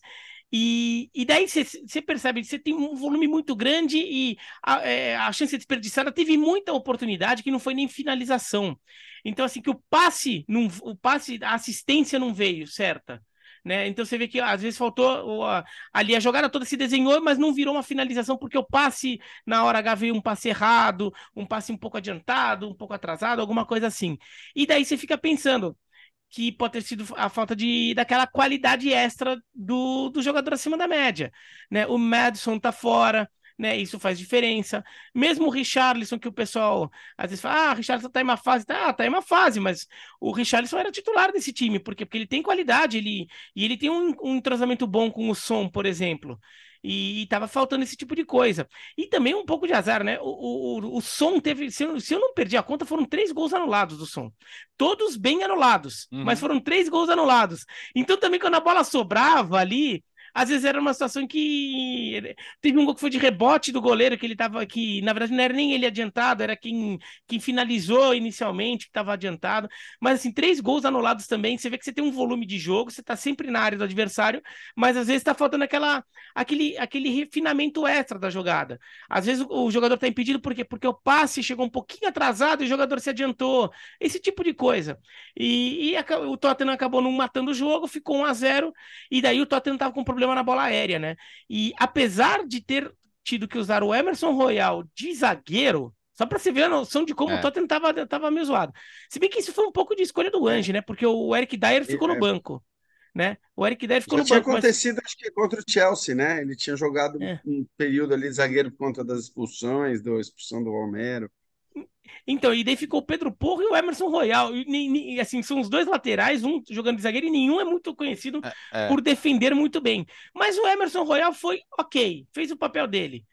E, e daí você percebe que você tem um volume muito grande e a, é, a chance desperdiçada teve muita oportunidade que não foi nem finalização. Então, assim, que o passe, não, o passe, a assistência não veio certa. Né? Então você vê que às vezes faltou o, a, ali a jogada toda se desenhou, mas não virou uma finalização porque o passe na hora H veio um passe errado, um passe um pouco adiantado, um pouco atrasado, alguma coisa assim. E daí você fica pensando que pode ter sido a falta de daquela qualidade extra do, do jogador acima da média, né? O Madison tá fora, né? Isso faz diferença. Mesmo o Richarlison, que o pessoal às vezes fala, ah, o Richarlison tá em uma fase, tá, tá em uma fase, mas o Richarlison era titular desse time, porque, porque ele tem qualidade, ele, e ele tem um, um entrosamento bom com o Son, por exemplo. E, e tava faltando esse tipo de coisa. E também um pouco de azar, né? O, o, o Son teve, se eu, se eu não perdi a conta, foram três gols anulados do Son. Todos bem anulados, mas Uhum. foram três gols anulados. Então também quando a bola sobrava ali, às vezes era uma situação que teve um gol que foi de rebote do goleiro, que ele tava, que na verdade não era nem ele adiantado, era quem, quem finalizou inicialmente, que estava adiantado. Mas assim, três gols anulados também, você vê que você tem um volume de jogo, você tá sempre na área do adversário, mas às vezes tá faltando aquela, aquele, aquele refinamento extra da jogada. Às vezes o, o jogador tá impedido, por quê? Porque o passe chegou um pouquinho atrasado e o jogador se adiantou, esse tipo de coisa. E, e a, o Tottenham acabou não matando o jogo, ficou um a zero, e daí o Tottenham tava com problema na bola aérea, né? E apesar de ter tido que usar o Emerson Royal de zagueiro, só para você ver a noção de como o É. Tottenham tava, tava meio zoado. Se bem que isso foi um pouco de escolha do Ange, né? Porque o Eric Dyer ficou no É, banco, né? O Eric Dyer ficou já no tinha banco, mas acontecido, acho que contra o Chelsea, né? Ele tinha jogado um, é. um período ali de zagueiro por conta das expulsões, da expulsão do Romero. Então, e daí ficou o Pedro Porro e o Emerson Royal. E, e, e, assim, são os dois laterais, um jogando de zagueiro, e nenhum é muito conhecido É, é. por defender muito bem. Mas o Emerson Royal foi ok, fez o papel dele.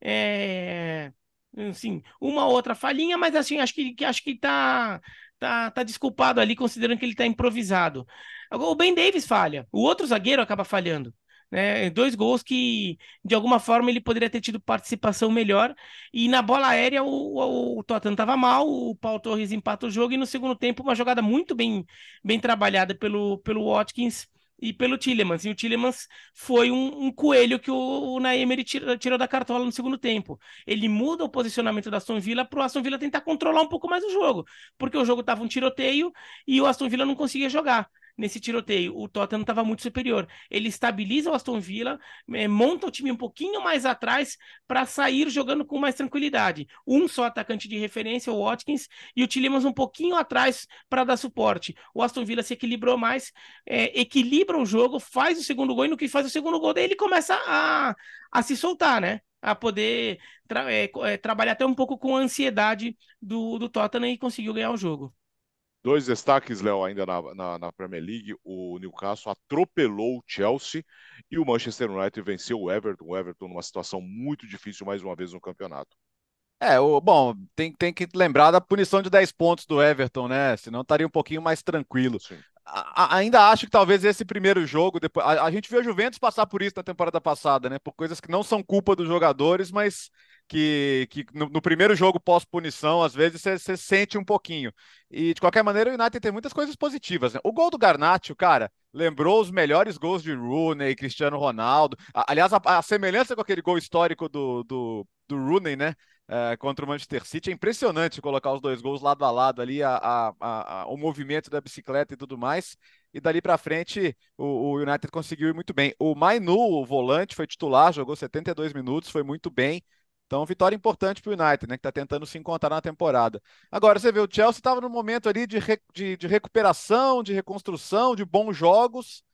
É, assim, uma outra falhinha, mas assim, acho que, que acho que tá, tá, tá desculpado ali, considerando que ele tá improvisado. Agora, o Ben Davis falha, o outro zagueiro acaba falhando. Né? Dois gols que, de alguma forma, ele poderia ter tido participação melhor. E na bola aérea, o, o, o Tottenham estava mal, o Paul Torres empata o jogo, e no segundo tempo, uma jogada muito bem, bem trabalhada pelo, pelo Watkins e pelo Tielemans. E o Tielemans foi um, um coelho que o, o Naemery tirou, tirou da cartola no segundo tempo. Ele muda o posicionamento da Aston Villa para o Aston Villa tentar controlar um pouco mais o jogo, porque o jogo estava um tiroteio e o Aston Villa não conseguia jogar. Nesse tiroteio, o Tottenham estava muito superior. Ele estabiliza o Aston Villa, eh, monta o time um pouquinho mais atrás para sair jogando com mais tranquilidade. Um só atacante de referência, o Watkins, e o Tielemans um pouquinho atrás para dar suporte. O Aston Villa se equilibrou mais, é, equilibra o jogo, faz o segundo gol, e no que faz o segundo gol, daí ele começa a, a se soltar, né? A poder tra é, é, trabalhar até um pouco com a ansiedade do, do Tottenham, e conseguiu ganhar o jogo. Dois destaques, Léo, ainda na, na, na Premier League. O Newcastle atropelou o Chelsea e o Manchester United venceu o Everton. O Everton numa situação muito difícil mais uma vez no campeonato. É, o, bom, tem, tem que lembrar da punição de dez pontos do Everton, né? Senão estaria um pouquinho mais tranquilo. Sim. A, a, ainda acho que talvez esse primeiro jogo, depois, a, a gente viu a Juventus passar por isso na temporada passada, né? Por coisas que não são culpa dos jogadores, mas que, que no, no primeiro jogo pós-punição, às vezes você sente um pouquinho. E de qualquer maneira, o United tem muitas coisas positivas, né? O gol do Garnacho, cara, lembrou os melhores gols de Rooney, Cristiano Ronaldo. A, aliás, a, a semelhança com aquele gol histórico do, do, do Rooney, né? É, contra o Manchester City. É impressionante colocar os dois gols lado a lado ali, a, a, a, o movimento da bicicleta e tudo mais. E dali para frente, o, o United conseguiu ir muito bem. O Mainu, o volante, foi titular, jogou setenta e dois minutos, foi muito bem. Então, vitória importante para o United, né, que está tentando se encontrar na temporada. Agora, você vê, o Chelsea estava num momento ali de, re, de, de recuperação, de reconstrução, de bons jogos.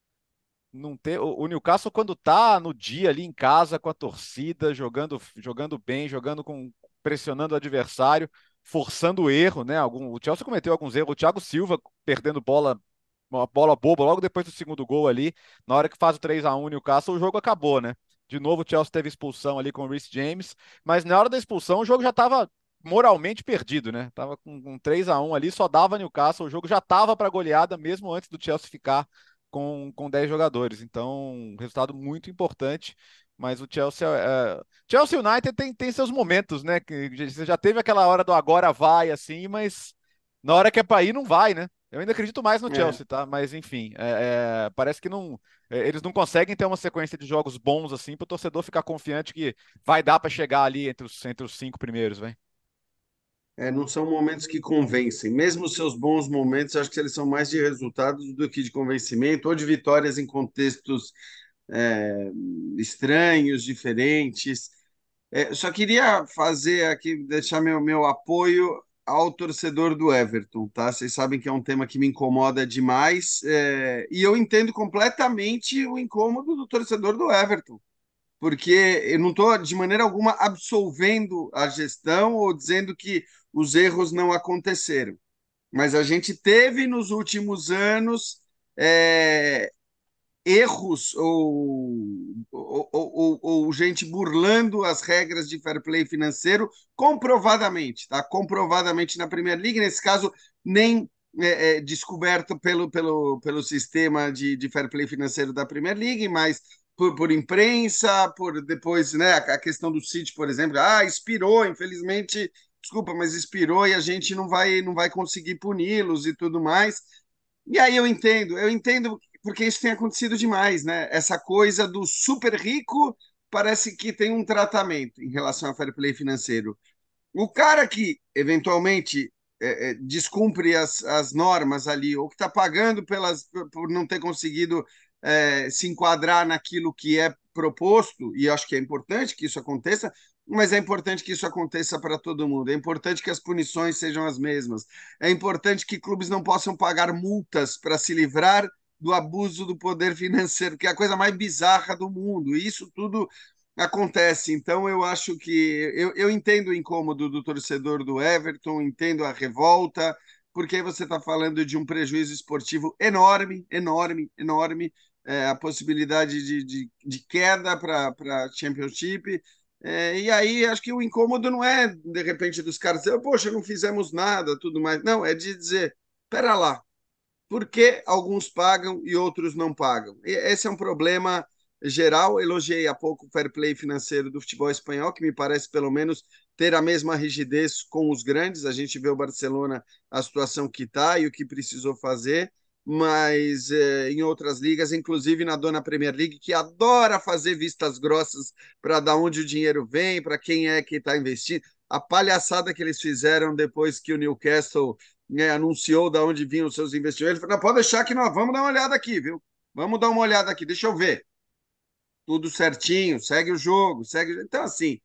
Não ter, o, o Newcastle, quando tá no dia ali em casa com a torcida, jogando, jogando bem, jogando com, pressionando o adversário, forçando o erro, né? Algum, o Chelsea cometeu alguns erros. O Thiago Silva perdendo bola, uma bola boba, logo depois do segundo gol ali, na hora que faz o três a um o Newcastle, o jogo acabou, né? De novo, o Chelsea teve expulsão ali com o Reece James, mas na hora da expulsão o jogo já estava moralmente perdido, né? Tava com, com três a um ali, só dava Newcastle, o jogo já estava para goleada mesmo antes do Chelsea ficar com, com dez jogadores. Então, um resultado muito importante. Mas o Chelsea, é... Chelsea United tem, tem seus momentos, né? Que você já teve aquela hora do agora vai, assim, mas na hora que é para ir, não vai, né? Eu ainda acredito mais no É. Chelsea, tá? Mas enfim, é, é, parece que não, é, eles não conseguem ter uma sequência de jogos bons assim para o torcedor ficar confiante que vai dar para chegar ali entre os, entre os cinco primeiros, vai. É, não são momentos que convencem. Mesmo os seus bons momentos, acho que eles são mais de resultados do que de convencimento, ou de vitórias em contextos é, estranhos, diferentes. É, só queria fazer aqui, deixar meu, meu apoio ao torcedor do Everton, tá? Vocês sabem que é um tema que me incomoda demais, é, e eu entendo completamente o incômodo do torcedor do Everton, porque eu não estou de maneira alguma absolvendo a gestão ou dizendo que os erros não aconteceram. Mas a gente teve nos últimos anos é, erros ou, ou, ou, ou, gente burlando as regras de fair play financeiro comprovadamente, tá? Comprovadamente na Premier League, nesse caso, nem é, é, descoberto pelo, pelo, pelo sistema de, de fair play financeiro da Premier League, mas por, por imprensa, por depois, né, a questão do City, por exemplo, ah, expirou, infelizmente, desculpa, mas expirou e a gente não vai, não vai conseguir puni-los e tudo mais. E aí eu entendo, eu entendo porque isso tem acontecido demais, né? Essa coisa do super rico parece que tem um tratamento em relação ao fair play financeiro. O cara que eventualmente é, é, descumpre as, as normas ali, ou que está pagando pelas, por não ter conseguido é, se enquadrar naquilo que é proposto, e eu acho que é importante que isso aconteça, mas é importante que isso aconteça para todo mundo. É importante que as punições sejam as mesmas. É importante que clubes não possam pagar multas para se livrar do abuso do poder financeiro, que é a coisa mais bizarra do mundo. E isso tudo acontece. Então, eu acho que eu, eu entendo o incômodo do torcedor do Everton, entendo a revolta, porque você está falando de um prejuízo esportivo enorme, enorme, enorme, é, a possibilidade de, de, de queda para a Championship. É, e aí, acho que o incômodo não é, de repente, dos caras dizer, poxa, não fizemos nada, tudo mais. Não, é de dizer, pera lá, por que alguns pagam e outros não pagam? E esse é um problema geral. Elogiei há pouco o fair play financeiro do futebol espanhol, que me parece, pelo menos, ter a mesma rigidez com os grandes. A gente vê o Barcelona, a situação que está e o que precisou fazer, mas eh, em outras ligas, inclusive na Dona Premier League, que adora fazer vistas grossas para dar onde o dinheiro vem, para quem é que está investindo. A palhaçada que eles fizeram depois que o Newcastle, né, anunciou de onde vinham os seus investimentos. Ele falou, não, pode deixar que nós vamos dar uma olhada aqui, viu? Vamos dar uma olhada aqui, deixa eu ver. Tudo certinho, segue o jogo, segue. Então, assim,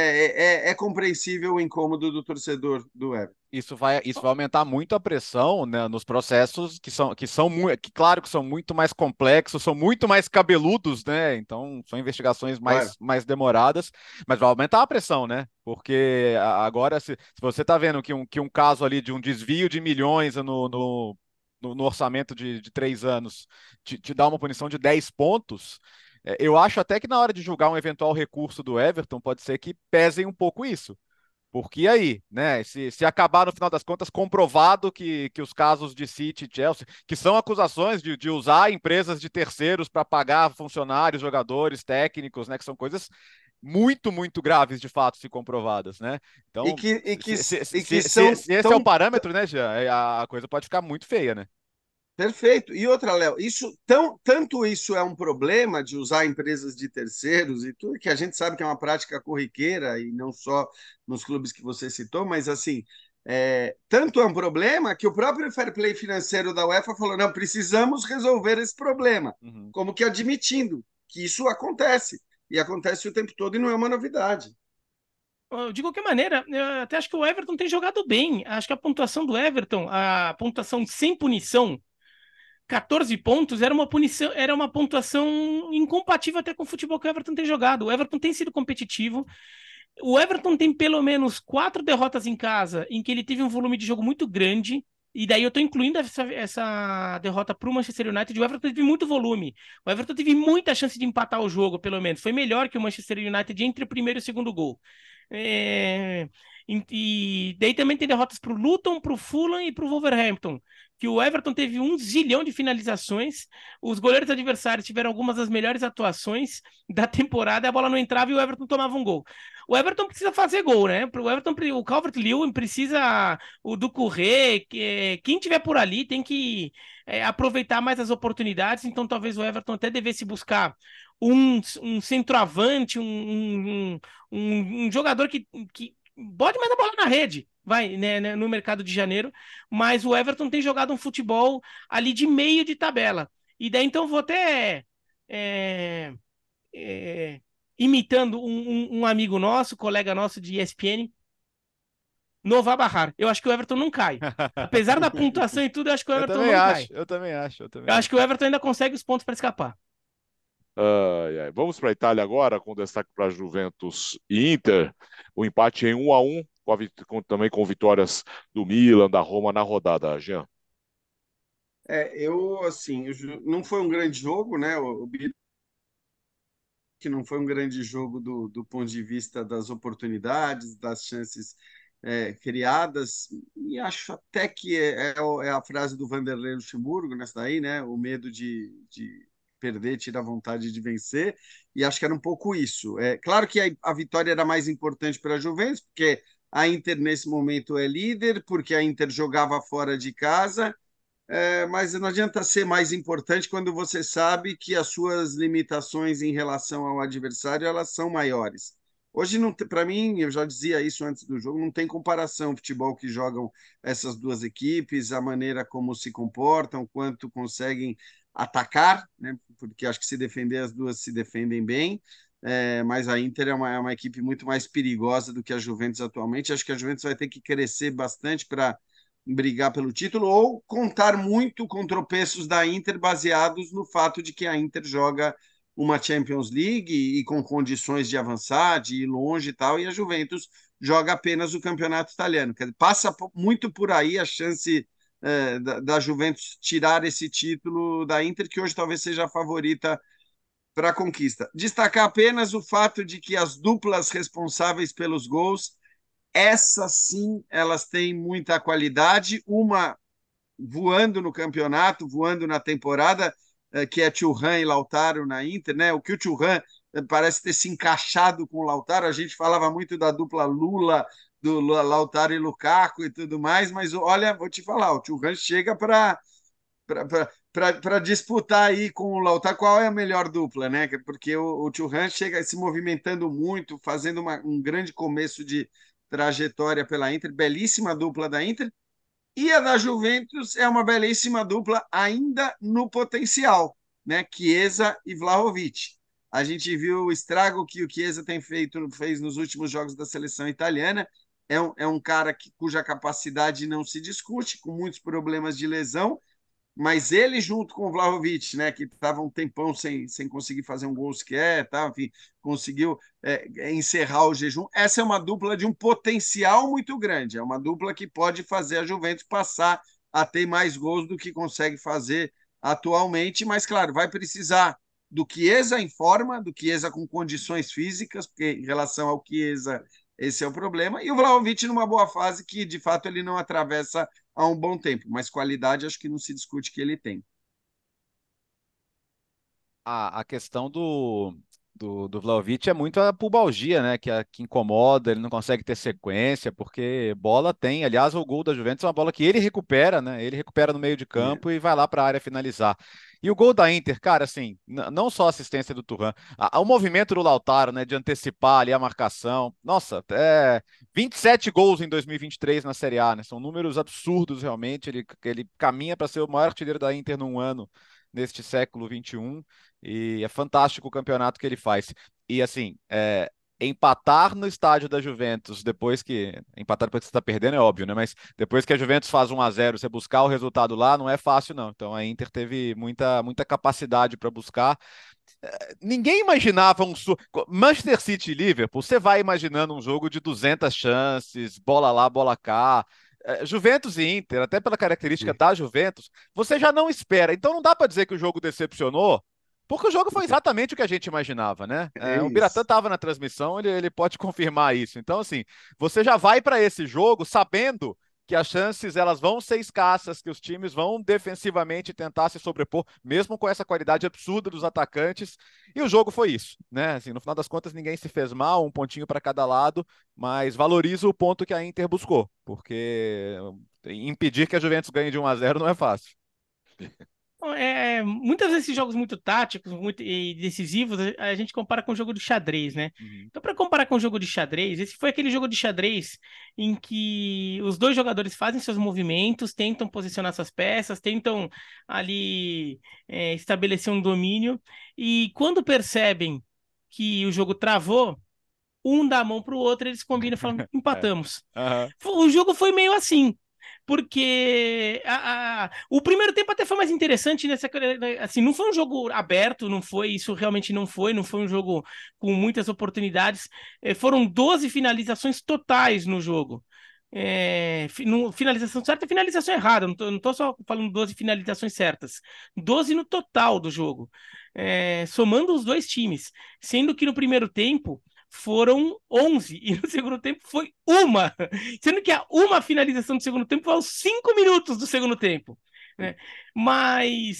é, é, é compreensível o incômodo do torcedor do Everton. Isso vai, isso vai aumentar muito a pressão, né, nos processos que são, que são muito, que claro que são muito mais complexos, são muito mais cabeludos, né? Então são investigações Claro. mais, mais demoradas, mas vai aumentar a pressão, né? Porque a- agora, se, se você está vendo que um, que um caso ali de um desvio de milhões no, no, no- no orçamento de, de três anos te, te dá uma punição de dez pontos, é, eu acho até que na hora de julgar um eventual recurso do Everton, pode ser que pesem um pouco isso. Porque aí, né? Se, se acabar no final das contas comprovado que, que os casos de City e Chelsea, que são acusações de, de usar empresas de terceiros para pagar funcionários, jogadores, técnicos, né? Que são coisas muito, muito graves de fato, se comprovadas, né? E Então, que, e que, se, se, e que se, se, são se esse é o tão. parâmetro, né, Jean, é, a coisa pode ficar muito feia, né? Perfeito. E outra, Léo, isso tão, tanto isso é um problema de usar empresas de terceiros e tudo, que a gente sabe que é uma prática corriqueira e não só nos clubes que você citou, mas assim, é, tanto é um problema que o próprio fair play financeiro da UEFA falou: não, precisamos resolver esse problema, Uhum. como que admitindo que isso acontece. E acontece o tempo todo e não é uma novidade. De qualquer maneira, eu até acho que o Everton tem jogado bem. Acho que a pontuação do Everton, a pontuação sem punição, quatorze pontos, era uma punição, era uma pontuação incompatível até com o futebol que o Everton tem jogado. O Everton tem sido competitivo. O Everton tem pelo menos quatro derrotas em casa, em que ele teve um volume de jogo muito grande. E daí eu estou incluindo essa, essa derrota para o Manchester United. O Everton teve muito volume. O Everton teve muita chance de empatar o jogo, pelo menos. Foi melhor que o Manchester United entre o primeiro e o segundo gol. É... E daí também tem derrotas para o Luton, para o Fulham e para o Wolverhampton. Que o Everton teve um zilhão de finalizações. Os goleiros adversários tiveram algumas das melhores atuações da temporada. A bola não entrava e o Everton tomava um gol. O Everton precisa fazer gol, né? O Everton, o Calvert-Lewin precisa, o Doucouré, que, quem tiver por ali tem que é, aproveitar mais as oportunidades. Então, talvez o Everton até devesse buscar um, um centroavante, um, um, um, um jogador que, que bote mais a bola na rede, vai, né, né, no mercado de janeiro. Mas o Everton tem jogado um futebol ali de meio de tabela. E daí, então, vou até. É, é, imitando um, um, um amigo nosso, colega nosso de E S P N, Nova Barrar. Eu acho que o Everton não cai. Apesar da pontuação e tudo, eu acho que o Eu Everton também não cai. acho, eu também acho, eu Eu também acho acho. que o Everton ainda consegue os pontos para escapar. Ai, ai. Vamos para a Itália agora, com destaque para Juventus e Inter. O empate em um a um, com a vit- com- também com vitórias do Milan, da Roma na rodada, Jean. É, eu, assim, eu ju- não foi um grande jogo, né? O, o Bito, que não foi um grande jogo do, do ponto de vista das oportunidades, das chances é, criadas, e acho até que é, é, o- é a frase do Vanderlei Luxemburgo nessa daí, né? O medo de, de perder tira a vontade de vencer, e acho que era um pouco isso. É claro que a, a vitória era mais importante para a Juventus, porque a Inter nesse momento é líder, porque a Inter jogava fora de casa, é, mas não adianta ser mais importante quando você sabe que as suas limitações em relação ao adversário elas são maiores. Hoje, para mim, eu já dizia isso antes do jogo, não tem comparação o futebol que jogam essas duas equipes, a maneira como se comportam, quanto conseguem atacar, né? Porque acho que se defender, as duas se defendem bem, é, mas a Inter é uma, é uma equipe muito mais perigosa do que a Juventus atualmente. Acho que a Juventus vai ter que crescer bastante para brigar pelo título ou contar muito com tropeços da Inter baseados no fato de que a Inter joga uma Champions League e com condições de avançar, de ir longe e tal, e a Juventus joga apenas o campeonato italiano. Quer dizer, passa muito por aí a chance é, da, da Juventus tirar esse título da Inter, que hoje talvez seja a favorita para a conquista. Destacar apenas o fato de que as duplas responsáveis pelos gols, essas sim, elas têm muita qualidade, uma voando no campeonato, voando na temporada, que é Thuram e Lautaro na Inter, né? O que o Thuram parece ter se encaixado com o Lautaro, a gente falava muito da dupla Lula, do Lautaro e Lukaku e tudo mais, mas olha, vou te falar, o Thuram chega para para disputar aí com o Lautaro qual é a melhor dupla, né? Porque o, o Thuram chega se movimentando muito, fazendo uma, um grande começo de trajetória pela Inter, belíssima dupla da Inter, e a da Juventus é uma belíssima dupla ainda no potencial, né? Chiesa e Vlahovic. A gente viu o estrago que o Chiesa tem feito, fez nos últimos jogos da seleção italiana. É um, é um cara que, cuja capacidade não se discute, com muitos problemas de lesão, mas ele junto com o Vlahovic, né, que estava um tempão sem, sem conseguir fazer um gol sequer, tá, enfim, conseguiu é, encerrar o jejum. Essa é uma dupla de um potencial muito grande, é uma dupla que pode fazer a Juventus passar a ter mais gols do que consegue fazer atualmente, mas claro, vai precisar do Chiesa em forma, do Chiesa com condições físicas, porque em relação ao Chiesa esse é o problema, e o Vlahovic numa boa fase que de fato ele não atravessa há um bom tempo, mas qualidade acho que não se discute que ele tem. A, a questão do, do, do Vlahovic é muito a pubalgia, né? Que, a, que incomoda, ele não consegue ter sequência, porque bola tem. Aliás, o gol da Juventus é uma bola que ele recupera, né? Ele recupera no meio de campo é. e vai lá para a área finalizar. E o gol da Inter, cara, assim, não só a assistência do Thuram, a, a, o movimento do Lautaro, né, de antecipar ali a marcação. Nossa, é vinte e sete gols em dois mil e vinte e três na Série A, né? São números absurdos realmente. Ele, ele caminha para ser o maior artilheiro da Inter num ano neste século vinte e um, e é fantástico o campeonato que ele faz. E assim, é, empatar no estádio da Juventus, depois que... Empatar depois que você está perdendo é óbvio, né? Mas depois que a Juventus faz um a zero, você buscar o resultado lá, não é fácil, não. Então a Inter teve muita, muita capacidade para buscar. Ninguém imaginava um... Manchester City e Liverpool, você vai imaginando um jogo de duzentas chances, bola lá, bola cá. Juventus e Inter, até pela característica Sim. da Juventus, você já não espera. Então não dá para dizer que o jogo decepcionou, porque o jogo foi exatamente o que a gente imaginava, né? É é, o Biratã estava na transmissão, ele, ele pode confirmar isso. Então, assim, você já vai para esse jogo sabendo que as chances elas vão ser escassas, que os times vão defensivamente tentar se sobrepor, mesmo com essa qualidade absurda dos atacantes, e o jogo foi isso, né? Assim, no final das contas, ninguém se fez mal, um pontinho para cada lado, mas valoriza o ponto que a Inter buscou, porque impedir que a Juventus ganhe de um a zero não é fácil. É, muitas vezes esses jogos muito táticos muito, e decisivos, a gente compara com o jogo de xadrez, né? Uhum. Então, para comparar com o jogo de xadrez, esse foi aquele jogo de xadrez em que os dois jogadores fazem seus movimentos, tentam posicionar suas peças, tentam ali é, estabelecer um domínio, e quando percebem que o jogo travou, um dá a mão para o outro, eles combinam e falam, empatamos. Uhum. O jogo foi meio assim. Porque a, a, o primeiro tempo até foi mais interessante nessa, assim, não foi um jogo aberto, não foi, isso realmente não foi, não foi um jogo com muitas oportunidades, é, foram doze finalizações totais no jogo. É, finalização certa e finalização errada, não tô, não tô só falando doze finalizações certas, doze no total do jogo, é, somando os dois times, sendo que no primeiro tempo foram onze, e no segundo tempo foi uma, sendo que a uma finalização do segundo tempo foi aos cinco minutos do segundo tempo, né? Mas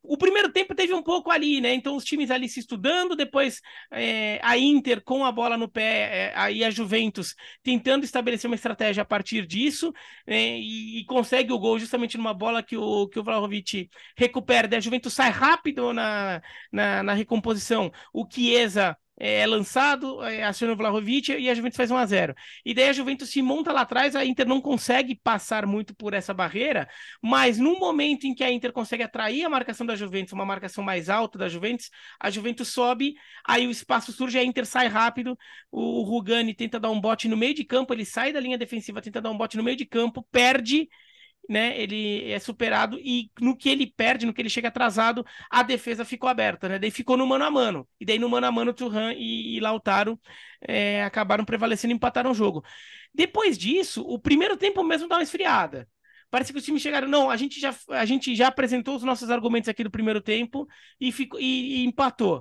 o primeiro tempo teve um pouco ali, né? Então os times ali se estudando, depois é, a Inter com a bola no pé, é, aí a Juventus tentando estabelecer uma estratégia a partir disso, é, e, e consegue o gol justamente numa bola que o, que o Vlahovic recupera, daí a Juventus sai rápido na, na, na recomposição, o Chiesa é lançado, é, aciona o Vlahovic e a Juventus faz um a zero. E daí a Juventus se monta lá atrás, a Inter não consegue passar muito por essa barreira, mas no momento em que a Inter consegue atrair a marcação da Juventus, uma marcação mais alta da Juventus, a Juventus sobe, aí o espaço surge, a Inter sai rápido, o Rugani tenta dar um bote no meio de campo, ele sai da linha defensiva, tenta dar um bote no meio de campo, perde, né, ele é superado e no que ele perde, no que ele chega atrasado, a defesa ficou aberta, né, daí ficou no mano a mano, e daí no mano a mano Thuram e, e Lautaro é, acabaram prevalecendo e empataram o jogo. Depois disso, o primeiro tempo mesmo dá uma esfriada. Parece que os times chegaram, não, a gente já, a gente já apresentou os nossos argumentos aqui do primeiro tempo e, ficou, e, e empatou.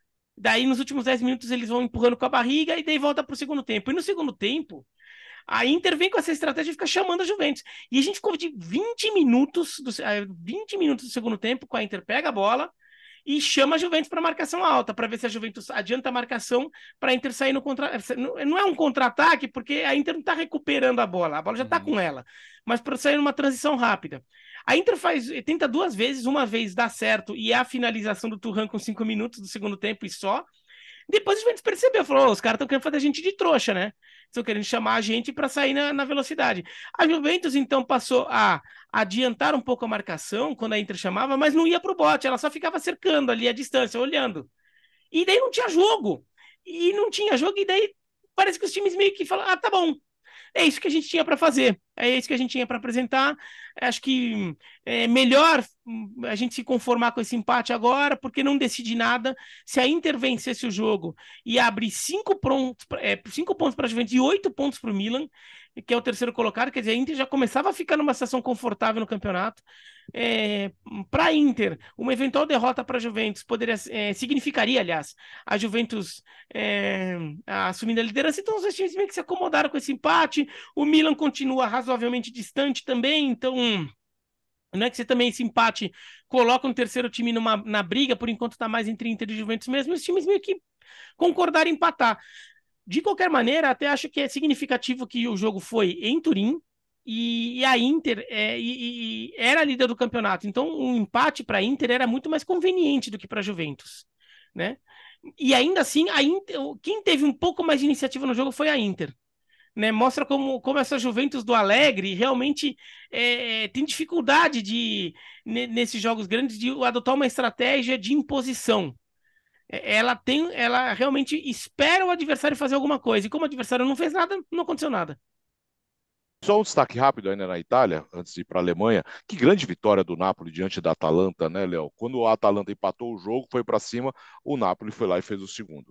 Daí nos últimos dez minutos eles vão empurrando com a barriga e daí volta para o segundo tempo. E no segundo tempo, a Inter vem com essa estratégia e fica chamando a Juventus. E a gente ficou de vinte minutos, do, vinte minutos do segundo tempo, com a Inter pega a bola e chama a Juventus para marcação alta, para ver se a Juventus adianta a marcação para a Inter sair no contra... Não é um contra-ataque, porque a Inter não está recuperando a bola, a bola já está com ela, mas para sair numa transição rápida. A Inter faz, tenta duas vezes, uma vez dá certo e é a finalização do Thuram com cinco minutos do segundo tempo e só. Depois a Juventus percebeu, falou, oh, os caras estão querendo fazer a gente de trouxa, né? Estão querendo chamar a gente para sair na, na velocidade. A Juventus, então, passou a adiantar um pouco a marcação quando a Inter chamava, mas não ia para o bote, ela só ficava cercando ali a distância, olhando. E daí não tinha jogo. E não tinha jogo, e daí parece que os times meio que falam, ah, tá bom, é isso que a gente tinha para fazer, é isso que a gente tinha para apresentar. Acho que é melhor a gente se conformar com esse empate agora, porque não decide nada. Se a Inter vencesse o jogo e abrir cinco pontos, é, cinco pontos para a Juventus e oito pontos para o Milan, que é o terceiro colocado, quer dizer, a Inter já começava a ficar numa situação confortável no campeonato. É, para a Inter, uma eventual derrota para a Juventus poderia, é, significaria, aliás, a Juventus é, assumindo a liderança. Então os dois times meio que se acomodaram com esse empate. O Milan continua razoavelmente distante também, então não é que você também esse empate coloca um terceiro time numa, na briga, por enquanto está mais entre Inter e Juventus mesmo, e os times meio que concordaram em empatar. De qualquer maneira, até acho que é significativo que o jogo foi em Turim e, e a Inter é, e, e era a líder do campeonato. Então, um empate para a Inter era muito mais conveniente do que para a Juventus, né? E ainda assim, a Inter, quem teve um pouco mais de iniciativa no jogo foi a Inter, né? Mostra como, como essa Juventus do Alegre realmente é, tem dificuldade de, nesses jogos grandes, de adotar uma estratégia de imposição. Ela tem, ela realmente espera o adversário fazer alguma coisa, e como o adversário não fez nada, não aconteceu nada. Só um destaque rápido ainda na Itália, antes de ir para a Alemanha. Que grande vitória do Napoli diante da Atalanta, né, Léo? Quando o Atalanta empatou o jogo, foi para cima, o Napoli foi lá e fez o segundo.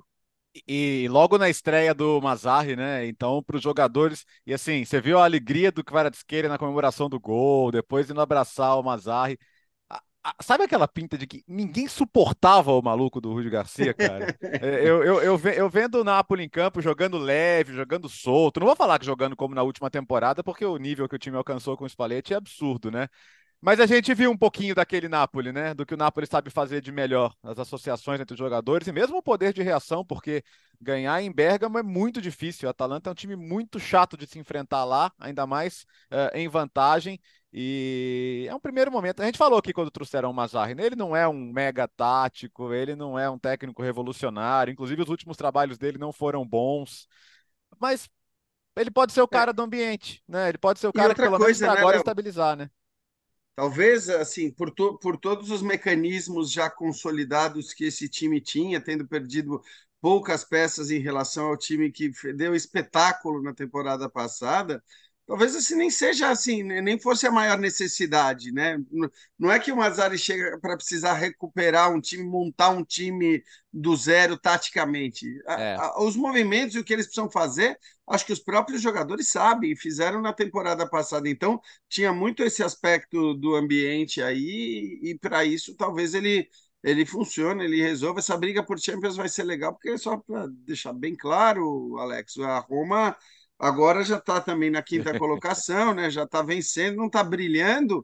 E logo na estreia do Mazzarri, né? Então, para os jogadores, e assim, você viu a alegria do Kvaratskhelia na comemoração do gol, depois indo abraçar o Mazzarri. Sabe aquela pinta de que ninguém suportava o maluco do Rudi Garcia, cara? Eu, eu, eu, eu vendo o Napoli em campo jogando leve, jogando solto. Não vou falar que jogando como na última temporada, porque o nível que o time alcançou com o Spalletti é absurdo, né? Mas a gente viu um pouquinho daquele Napoli, né? Do que o Napoli sabe fazer de melhor, as associações entre os jogadores e mesmo o poder de reação, porque ganhar em Bergamo é muito difícil. O Atalanta é um time muito chato de se enfrentar lá, ainda mais uh, em vantagem. E é um primeiro momento. A gente falou aqui quando trouxeram o Mazzarri, né? Ele não é um mega tático, ele não é um técnico revolucionário. Inclusive, os últimos trabalhos dele não foram bons. Mas ele pode ser o cara é. do ambiente, né? Ele pode ser o cara que, pelo menos, para agora, né, estabilizar, né? Talvez, assim, por, to, por todos os mecanismos já consolidados que esse time tinha, tendo perdido poucas peças em relação ao time que deu espetáculo na temporada passada, talvez assim nem seja assim, nem fosse a maior necessidade, né? Não é que o Mazzarri chega para precisar recuperar um time, montar um time do zero taticamente. É. Os movimentos e o que eles precisam fazer, acho que os próprios jogadores sabem e fizeram na temporada passada. Então, tinha muito esse aspecto do ambiente aí, e para isso talvez ele ele funcione, ele resolva. Essa briga por Champions vai ser legal, porque só para deixar bem claro, Alex, a Roma agora já está também na quinta colocação, né? Já está vencendo, não está brilhando,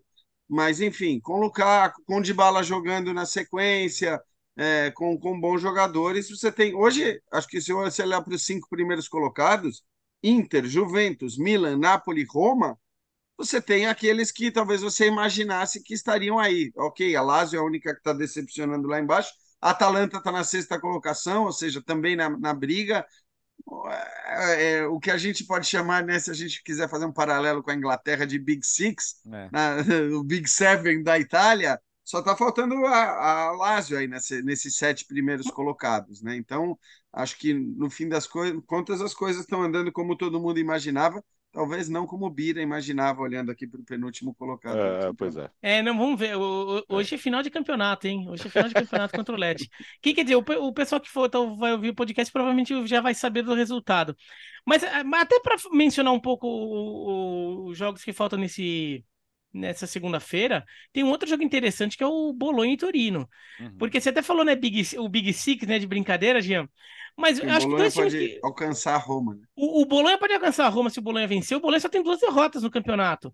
Mas, enfim, com o Lukaku, com o Dybala jogando na sequência, é, com, com bons jogadores, você tem... Hoje, acho que se você olhar para os cinco primeiros colocados, Inter, Juventus, Milan, Napoli, Roma, você tem aqueles que talvez você imaginasse que estariam aí. Ok, a Lazio é a única que está decepcionando lá embaixo, a Atalanta está na sexta colocação, ou seja, também na, na briga. É, é, o que a gente pode chamar, né, se a gente quiser fazer um paralelo com a Inglaterra, de Big Six, É. na, o Big Seven da Itália, só está faltando a, a Lazio aí nesse, nesses sete primeiros colocados, né? Então, acho que no fim das co contas as coisas estão andando como todo mundo imaginava, talvez não como o Bira imaginava, olhando aqui para o penúltimo colocado. É, pois é. É, não, vamos ver. O- o- Hoje é final de campeonato, hein? Hoje é final de campeonato contra o Lecce. Que quer dizer, o, pe- o pessoal que for, então, vai ouvir o podcast provavelmente já vai saber do resultado. Mas, eh, mas até para mencionar um pouco o- o- os jogos que faltam nesse, nessa segunda-feira, tem um outro jogo interessante que é o Bolonha e Torino. Uhum. Porque você até falou, né, Big, o Big Six, né, de brincadeira, Jean. Mas E eu o acho que Bolonha dois times pode que. alcançar a Roma, né? O, o Bolonha pode alcançar a Roma se o Bolonha vencer. O Bolonha só tem duas derrotas no campeonato.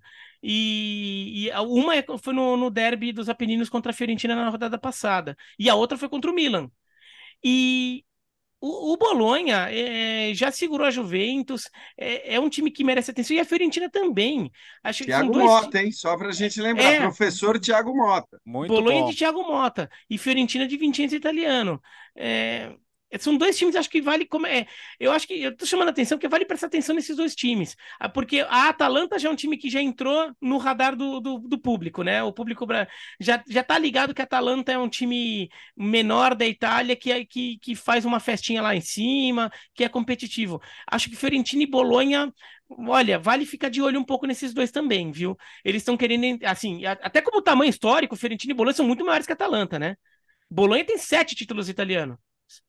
E, e a- uma é- foi no, no derby dos Apeninos contra a Fiorentina na rodada passada. E a outra foi contra o Milan. E o, o Bolonha é, já segurou a Juventus. É, é um time que merece atenção. E a Fiorentina também. Acho que são Tiago dois. ti- Mota, hein? Só para a gente lembrar, É, professor Tiago Mota. Muito Bolonha bom. de Thiago Motta e Fiorentina de Vincenzo Italiano. É, são dois times, acho que vale como é. Eu acho que eu tô chamando a atenção porque vale prestar atenção nesses dois times. Ah, porque a Atalanta já é um time que já entrou no radar do, do, do público, né? O público bra- já, já tá ligado que a Atalanta é um time menor da Itália que, é- que, que faz uma festinha lá em cima, que é competitivo. Acho que Fiorentina e Bolonha. Olha, vale ficar de olho um pouco nesses dois também, viu? Eles estão querendo, assim, a- até como tamanho histórico, Fiorentina e Bolonha são muito maiores que a Atalanta, né? Bolonha tem sete títulos italianos.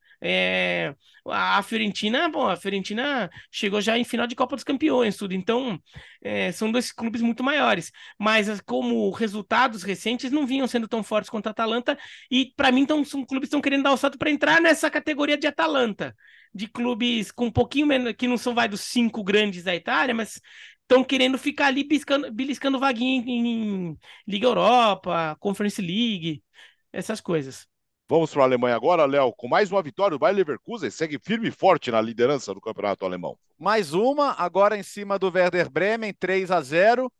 É, a Fiorentina, bom, a Fiorentina chegou já em final de Copa dos Campeões, tudo. Então, é, são dois clubes muito maiores. Mas as- como resultados recentes não vinham sendo tão fortes quanto a Atalanta, e para mim, então, são clubes que estão querendo dar o salto para entrar nessa categoria de Atalanta, de clubes com um pouquinho menos, que não são vai dos cinco grandes da Itália, mas estão querendo ficar ali piscando, beliscando vaguinha em, em Liga Europa, Conference League, essas coisas. Vamos para a Alemanha agora, Léo. Com mais uma vitória, o Bayer Leverkusen segue firme e forte na liderança do campeonato alemão. Mais uma, agora em cima do Werder Bremen, três a zero.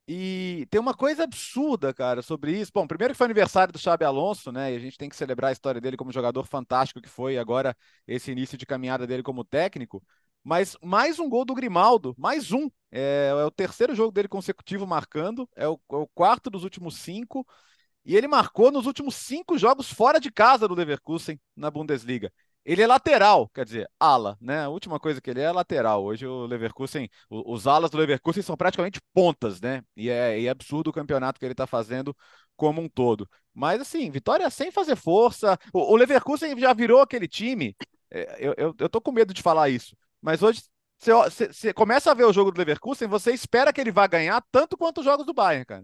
E tem uma coisa absurda, cara, sobre isso. Bom, primeiro que foi aniversário do Xabi Alonso, né? E a gente tem que celebrar a história dele como jogador fantástico que foi, agora esse início de caminhada dele como técnico. Mas mais um gol do Grimaldo, mais um. É, é o terceiro jogo dele consecutivo marcando, é o, é o quarto dos últimos cinco. E ele marcou nos últimos cinco jogos fora de casa do Leverkusen na Bundesliga. Ele é lateral, quer dizer, ala, né? A última coisa que ele é é lateral. Hoje o Leverkusen, o- os alas do Leverkusen são praticamente pontas, né? E é, e é absurdo o campeonato que ele está fazendo como um todo. Mas assim, vitória sem fazer força. O, o Leverkusen já virou aquele time. é, Eu, eu, eu tô com medo de falar isso, mas hoje você, você- você começa a ver o jogo do Leverkusen, você espera que ele vá ganhar tanto quanto os jogos do Bayern, cara.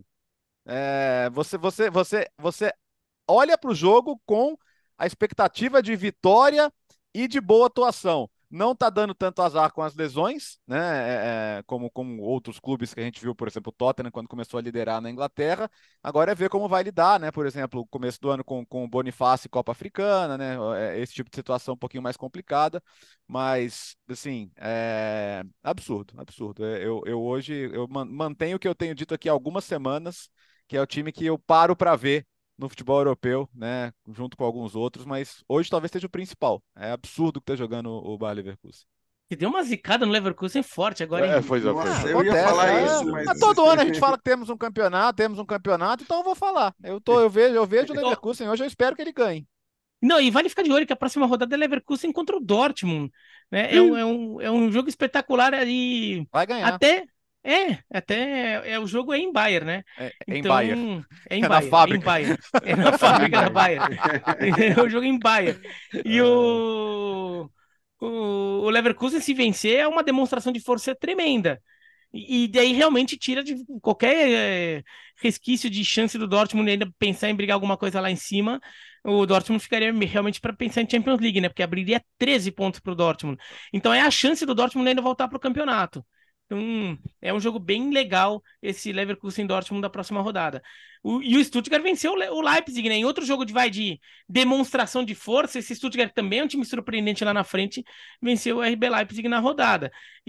É, você, você, você, você olha para o jogo com a expectativa de vitória e de boa atuação. Não está dando tanto azar com as lesões, né? é, é, como, como outros clubes que a gente viu, por exemplo, o Tottenham, quando começou a liderar na Inglaterra. Agora é ver como vai lidar, né? Por exemplo, o começo do ano com, com o Bonifácio e Copa Africana, né? é, Esse tipo de situação um pouquinho mais complicada. Mas, assim, é absurdo, absurdo. É, Eu, eu hoje eu man- mantenho o que eu tenho dito aqui há algumas semanas, que é o time que eu paro para ver no futebol europeu, né, junto com alguns outros, mas hoje talvez seja o principal. É absurdo que tá jogando o Bayer Leverkusen. E deu uma zicada no Leverkusen forte agora, É, hein? foi, foi. Nossa, Ah, eu ia acontece, falar é. isso, mas... Ah, todo ano a gente fala que temos um campeonato, temos um campeonato, então eu vou falar. Eu tô, eu vejo, eu vejo o Leverkusen hoje, eu espero que ele ganhe. Não, e vale ficar de olho que a próxima rodada é Leverkusen contra o Dortmund, né? É um, é um, é um jogo espetacular ali. Vai ganhar. Até é, até é, o jogo é em Bayern, né? É, é em Então, Bayer. é em É na Bayern, fábrica. é em Bayern. É na fábrica da Bayern. É o jogo em Bayern. E o, o, o Leverkusen, se vencer, é uma demonstração de força tremenda. E, e daí realmente tira de qualquer é, resquício de chance do Dortmund ainda pensar em brigar alguma coisa lá em cima. O Dortmund ficaria realmente para pensar em Champions League, né? Porque abriria treze pontos para o Dortmund. Então é a chance do Dortmund ainda voltar para o campeonato. Então, é um jogo bem legal esse Leverkusen-Dortmund da próxima rodada. O, e o Stuttgart venceu o Leipzig, né? Em outro jogo de, vai, de demonstração de força, esse Stuttgart também é um time surpreendente lá na frente, venceu o R B Leipzig na rodada.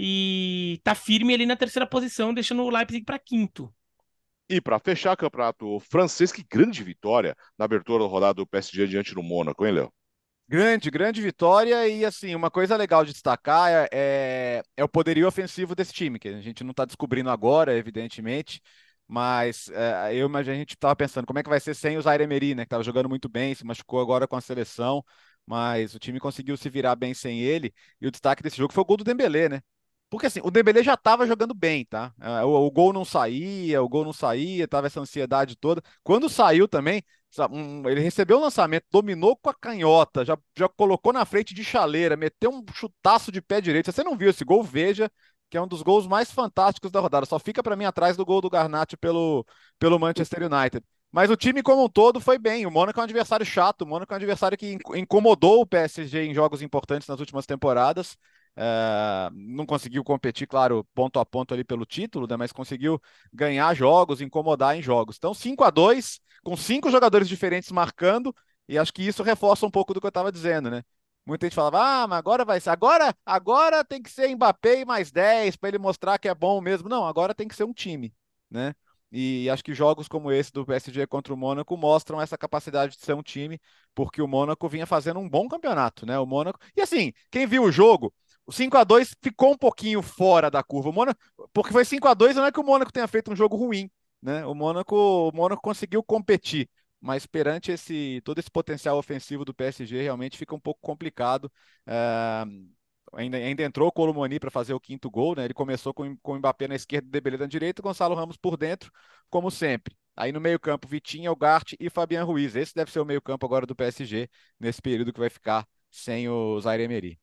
E tá firme ali na terceira posição, deixando o Leipzig para quinto. E para fechar o campeonato francês, que grande vitória na abertura da rodada do P S G diante do Mônaco, hein, Léo? Grande, grande vitória e, assim, uma coisa legal de destacar é, é, é o poderio ofensivo desse time, que a gente não está descobrindo agora, evidentemente, mas é, eu imagino, a gente estava pensando como é que vai ser sem o Zaire Emery, né, que estava jogando muito bem, se machucou agora com a seleção, mas o time conseguiu se virar bem sem ele, e o destaque desse jogo foi o gol do Dembélé, né? Porque assim, o Dembélé já estava jogando bem, tá? É, O, o gol não saía, o gol não saía, tava essa ansiedade toda. Quando saiu também, sabe, um- ele recebeu o lançamento, dominou com a canhota, já, já colocou na frente de chaleira, meteu um chutaço de pé direito. Se você não viu esse gol, veja, que é um dos gols mais fantásticos da rodada. Só fica para mim atrás do gol do Garnacho pelo, pelo Manchester United. Mas o time como um todo foi bem. O Mônaco é um adversário chato, o Mônaco é um adversário que inc- incomodou o P S G em jogos importantes nas últimas temporadas. É, não conseguiu competir, claro, ponto a ponto ali pelo título, né, mas conseguiu ganhar jogos, incomodar em jogos. Então, cinco a dois, com cinco jogadores diferentes marcando, e acho que isso reforça um pouco do que eu estava dizendo, né? Muita gente falava, ah, mas agora vai ser, agora, agora tem que ser Mbappé e mais dez para ele mostrar que é bom mesmo. Não, agora tem que ser um time, né? E acho que jogos como esse do P S G contra o Mônaco mostram essa capacidade de ser um time, porque o Mônaco vinha fazendo um bom campeonato, né? O Mônaco. E assim, quem viu o jogo, o cinco a dois ficou um pouquinho fora da curva. O Mônaco, porque foi cinco a dois, não é que o Mônaco tenha feito um jogo ruim, né? O Mônaco, o Mônaco conseguiu competir, mas perante esse todo esse potencial ofensivo do P S G, realmente fica um pouco complicado. É, ainda, ainda entrou o Colomoni para fazer o quinto gol, né? Ele começou com, com o Mbappé na esquerda e Dembélé na direita, e Gonçalo Ramos por dentro, como sempre. Aí no meio-campo, Vitinha, Ugarte e Fabian Ruiz. Esse deve ser o meio-campo agora do P S G, nesse período que vai ficar sem o Zaire Emery.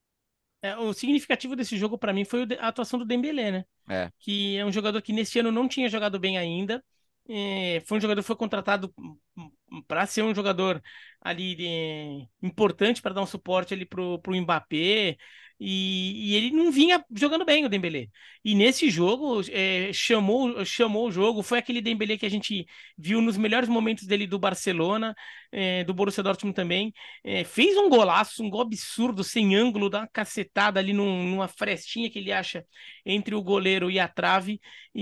É, o significativo desse jogo para mim foi o de- a atuação do Dembélé, né? É. Que é um jogador que nesse ano não tinha jogado bem ainda. É, foi um jogador que foi contratado para ser um jogador ali de- importante para dar um suporte ali pro, pro Mbappé. E, e ele não vinha jogando bem, o Dembélé. E nesse jogo é, chamou, chamou o jogo. Foi aquele Dembélé que a gente viu nos melhores momentos dele do Barcelona, é, do Borussia Dortmund também. É, fez um golaço, um gol absurdo, sem ângulo, dá uma cacetada ali num- numa frestinha que ele acha entre o goleiro e a trave.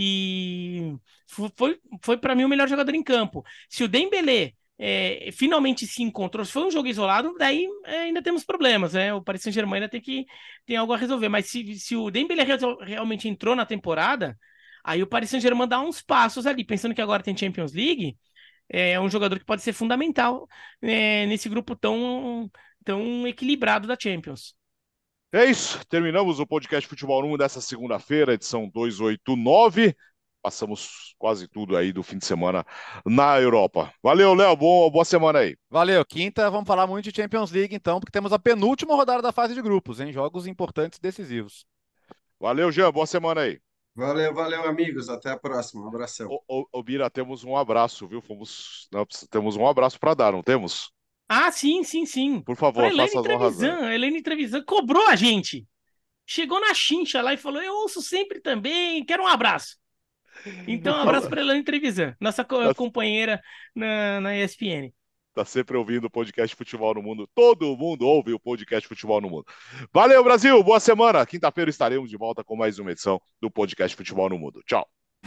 E fo- foi, foi para mim o melhor jogador em campo. Se o Dembélé é, finalmente se encontrou, se foi um jogo isolado, daí é, ainda temos problemas, né? O Paris Saint-Germain ainda tem que tem algo a resolver. Mas se, se o Dembélé real- realmente entrou na temporada, aí o Paris Saint-Germain dá uns passos ali, pensando que agora tem Champions League, é um jogador que pode ser fundamental é, nesse grupo tão, tão equilibrado da Champions. É isso, terminamos o podcast Futebol no Mundo dessa segunda-feira, edição duzentos e oitenta e nove. Passamos quase tudo aí do fim de semana na Europa. Valeu, Léo, boa, boa semana aí. Valeu. Quinta, vamos falar muito de Champions League, então, porque temos a penúltima rodada da fase de grupos, hein? Jogos importantes e decisivos. Valeu, Jean, boa semana aí. Valeu, valeu, amigos. Até a próxima. Um abração. Ô, ô, ô, Bira, temos um abraço, viu? Fomos, não, temos um abraço para dar, não temos? Ah, sim, sim, sim. Por Pra favor, Elaine faça as honras. Trevisan, a Elaine Trevisan cobrou a gente. Chegou na chincha lá e falou: Eu ouço sempre também, quero um abraço. Então, um abraço para Elaine Trevisan, nossa co- Tá, companheira na, na E S P N. tá sempre ouvindo o podcast Futebol no Mundo. Todo mundo ouve o podcast Futebol no Mundo. Valeu, Brasil, boa semana. Quinta-feira estaremos de volta com mais uma edição do podcast Futebol no Mundo. Tchau.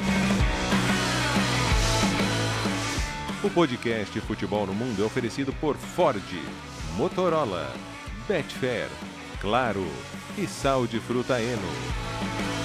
O podcast Futebol no Mundo é oferecido por Ford, Motorola, Betfair, Claro e Sal de Fruta Eno.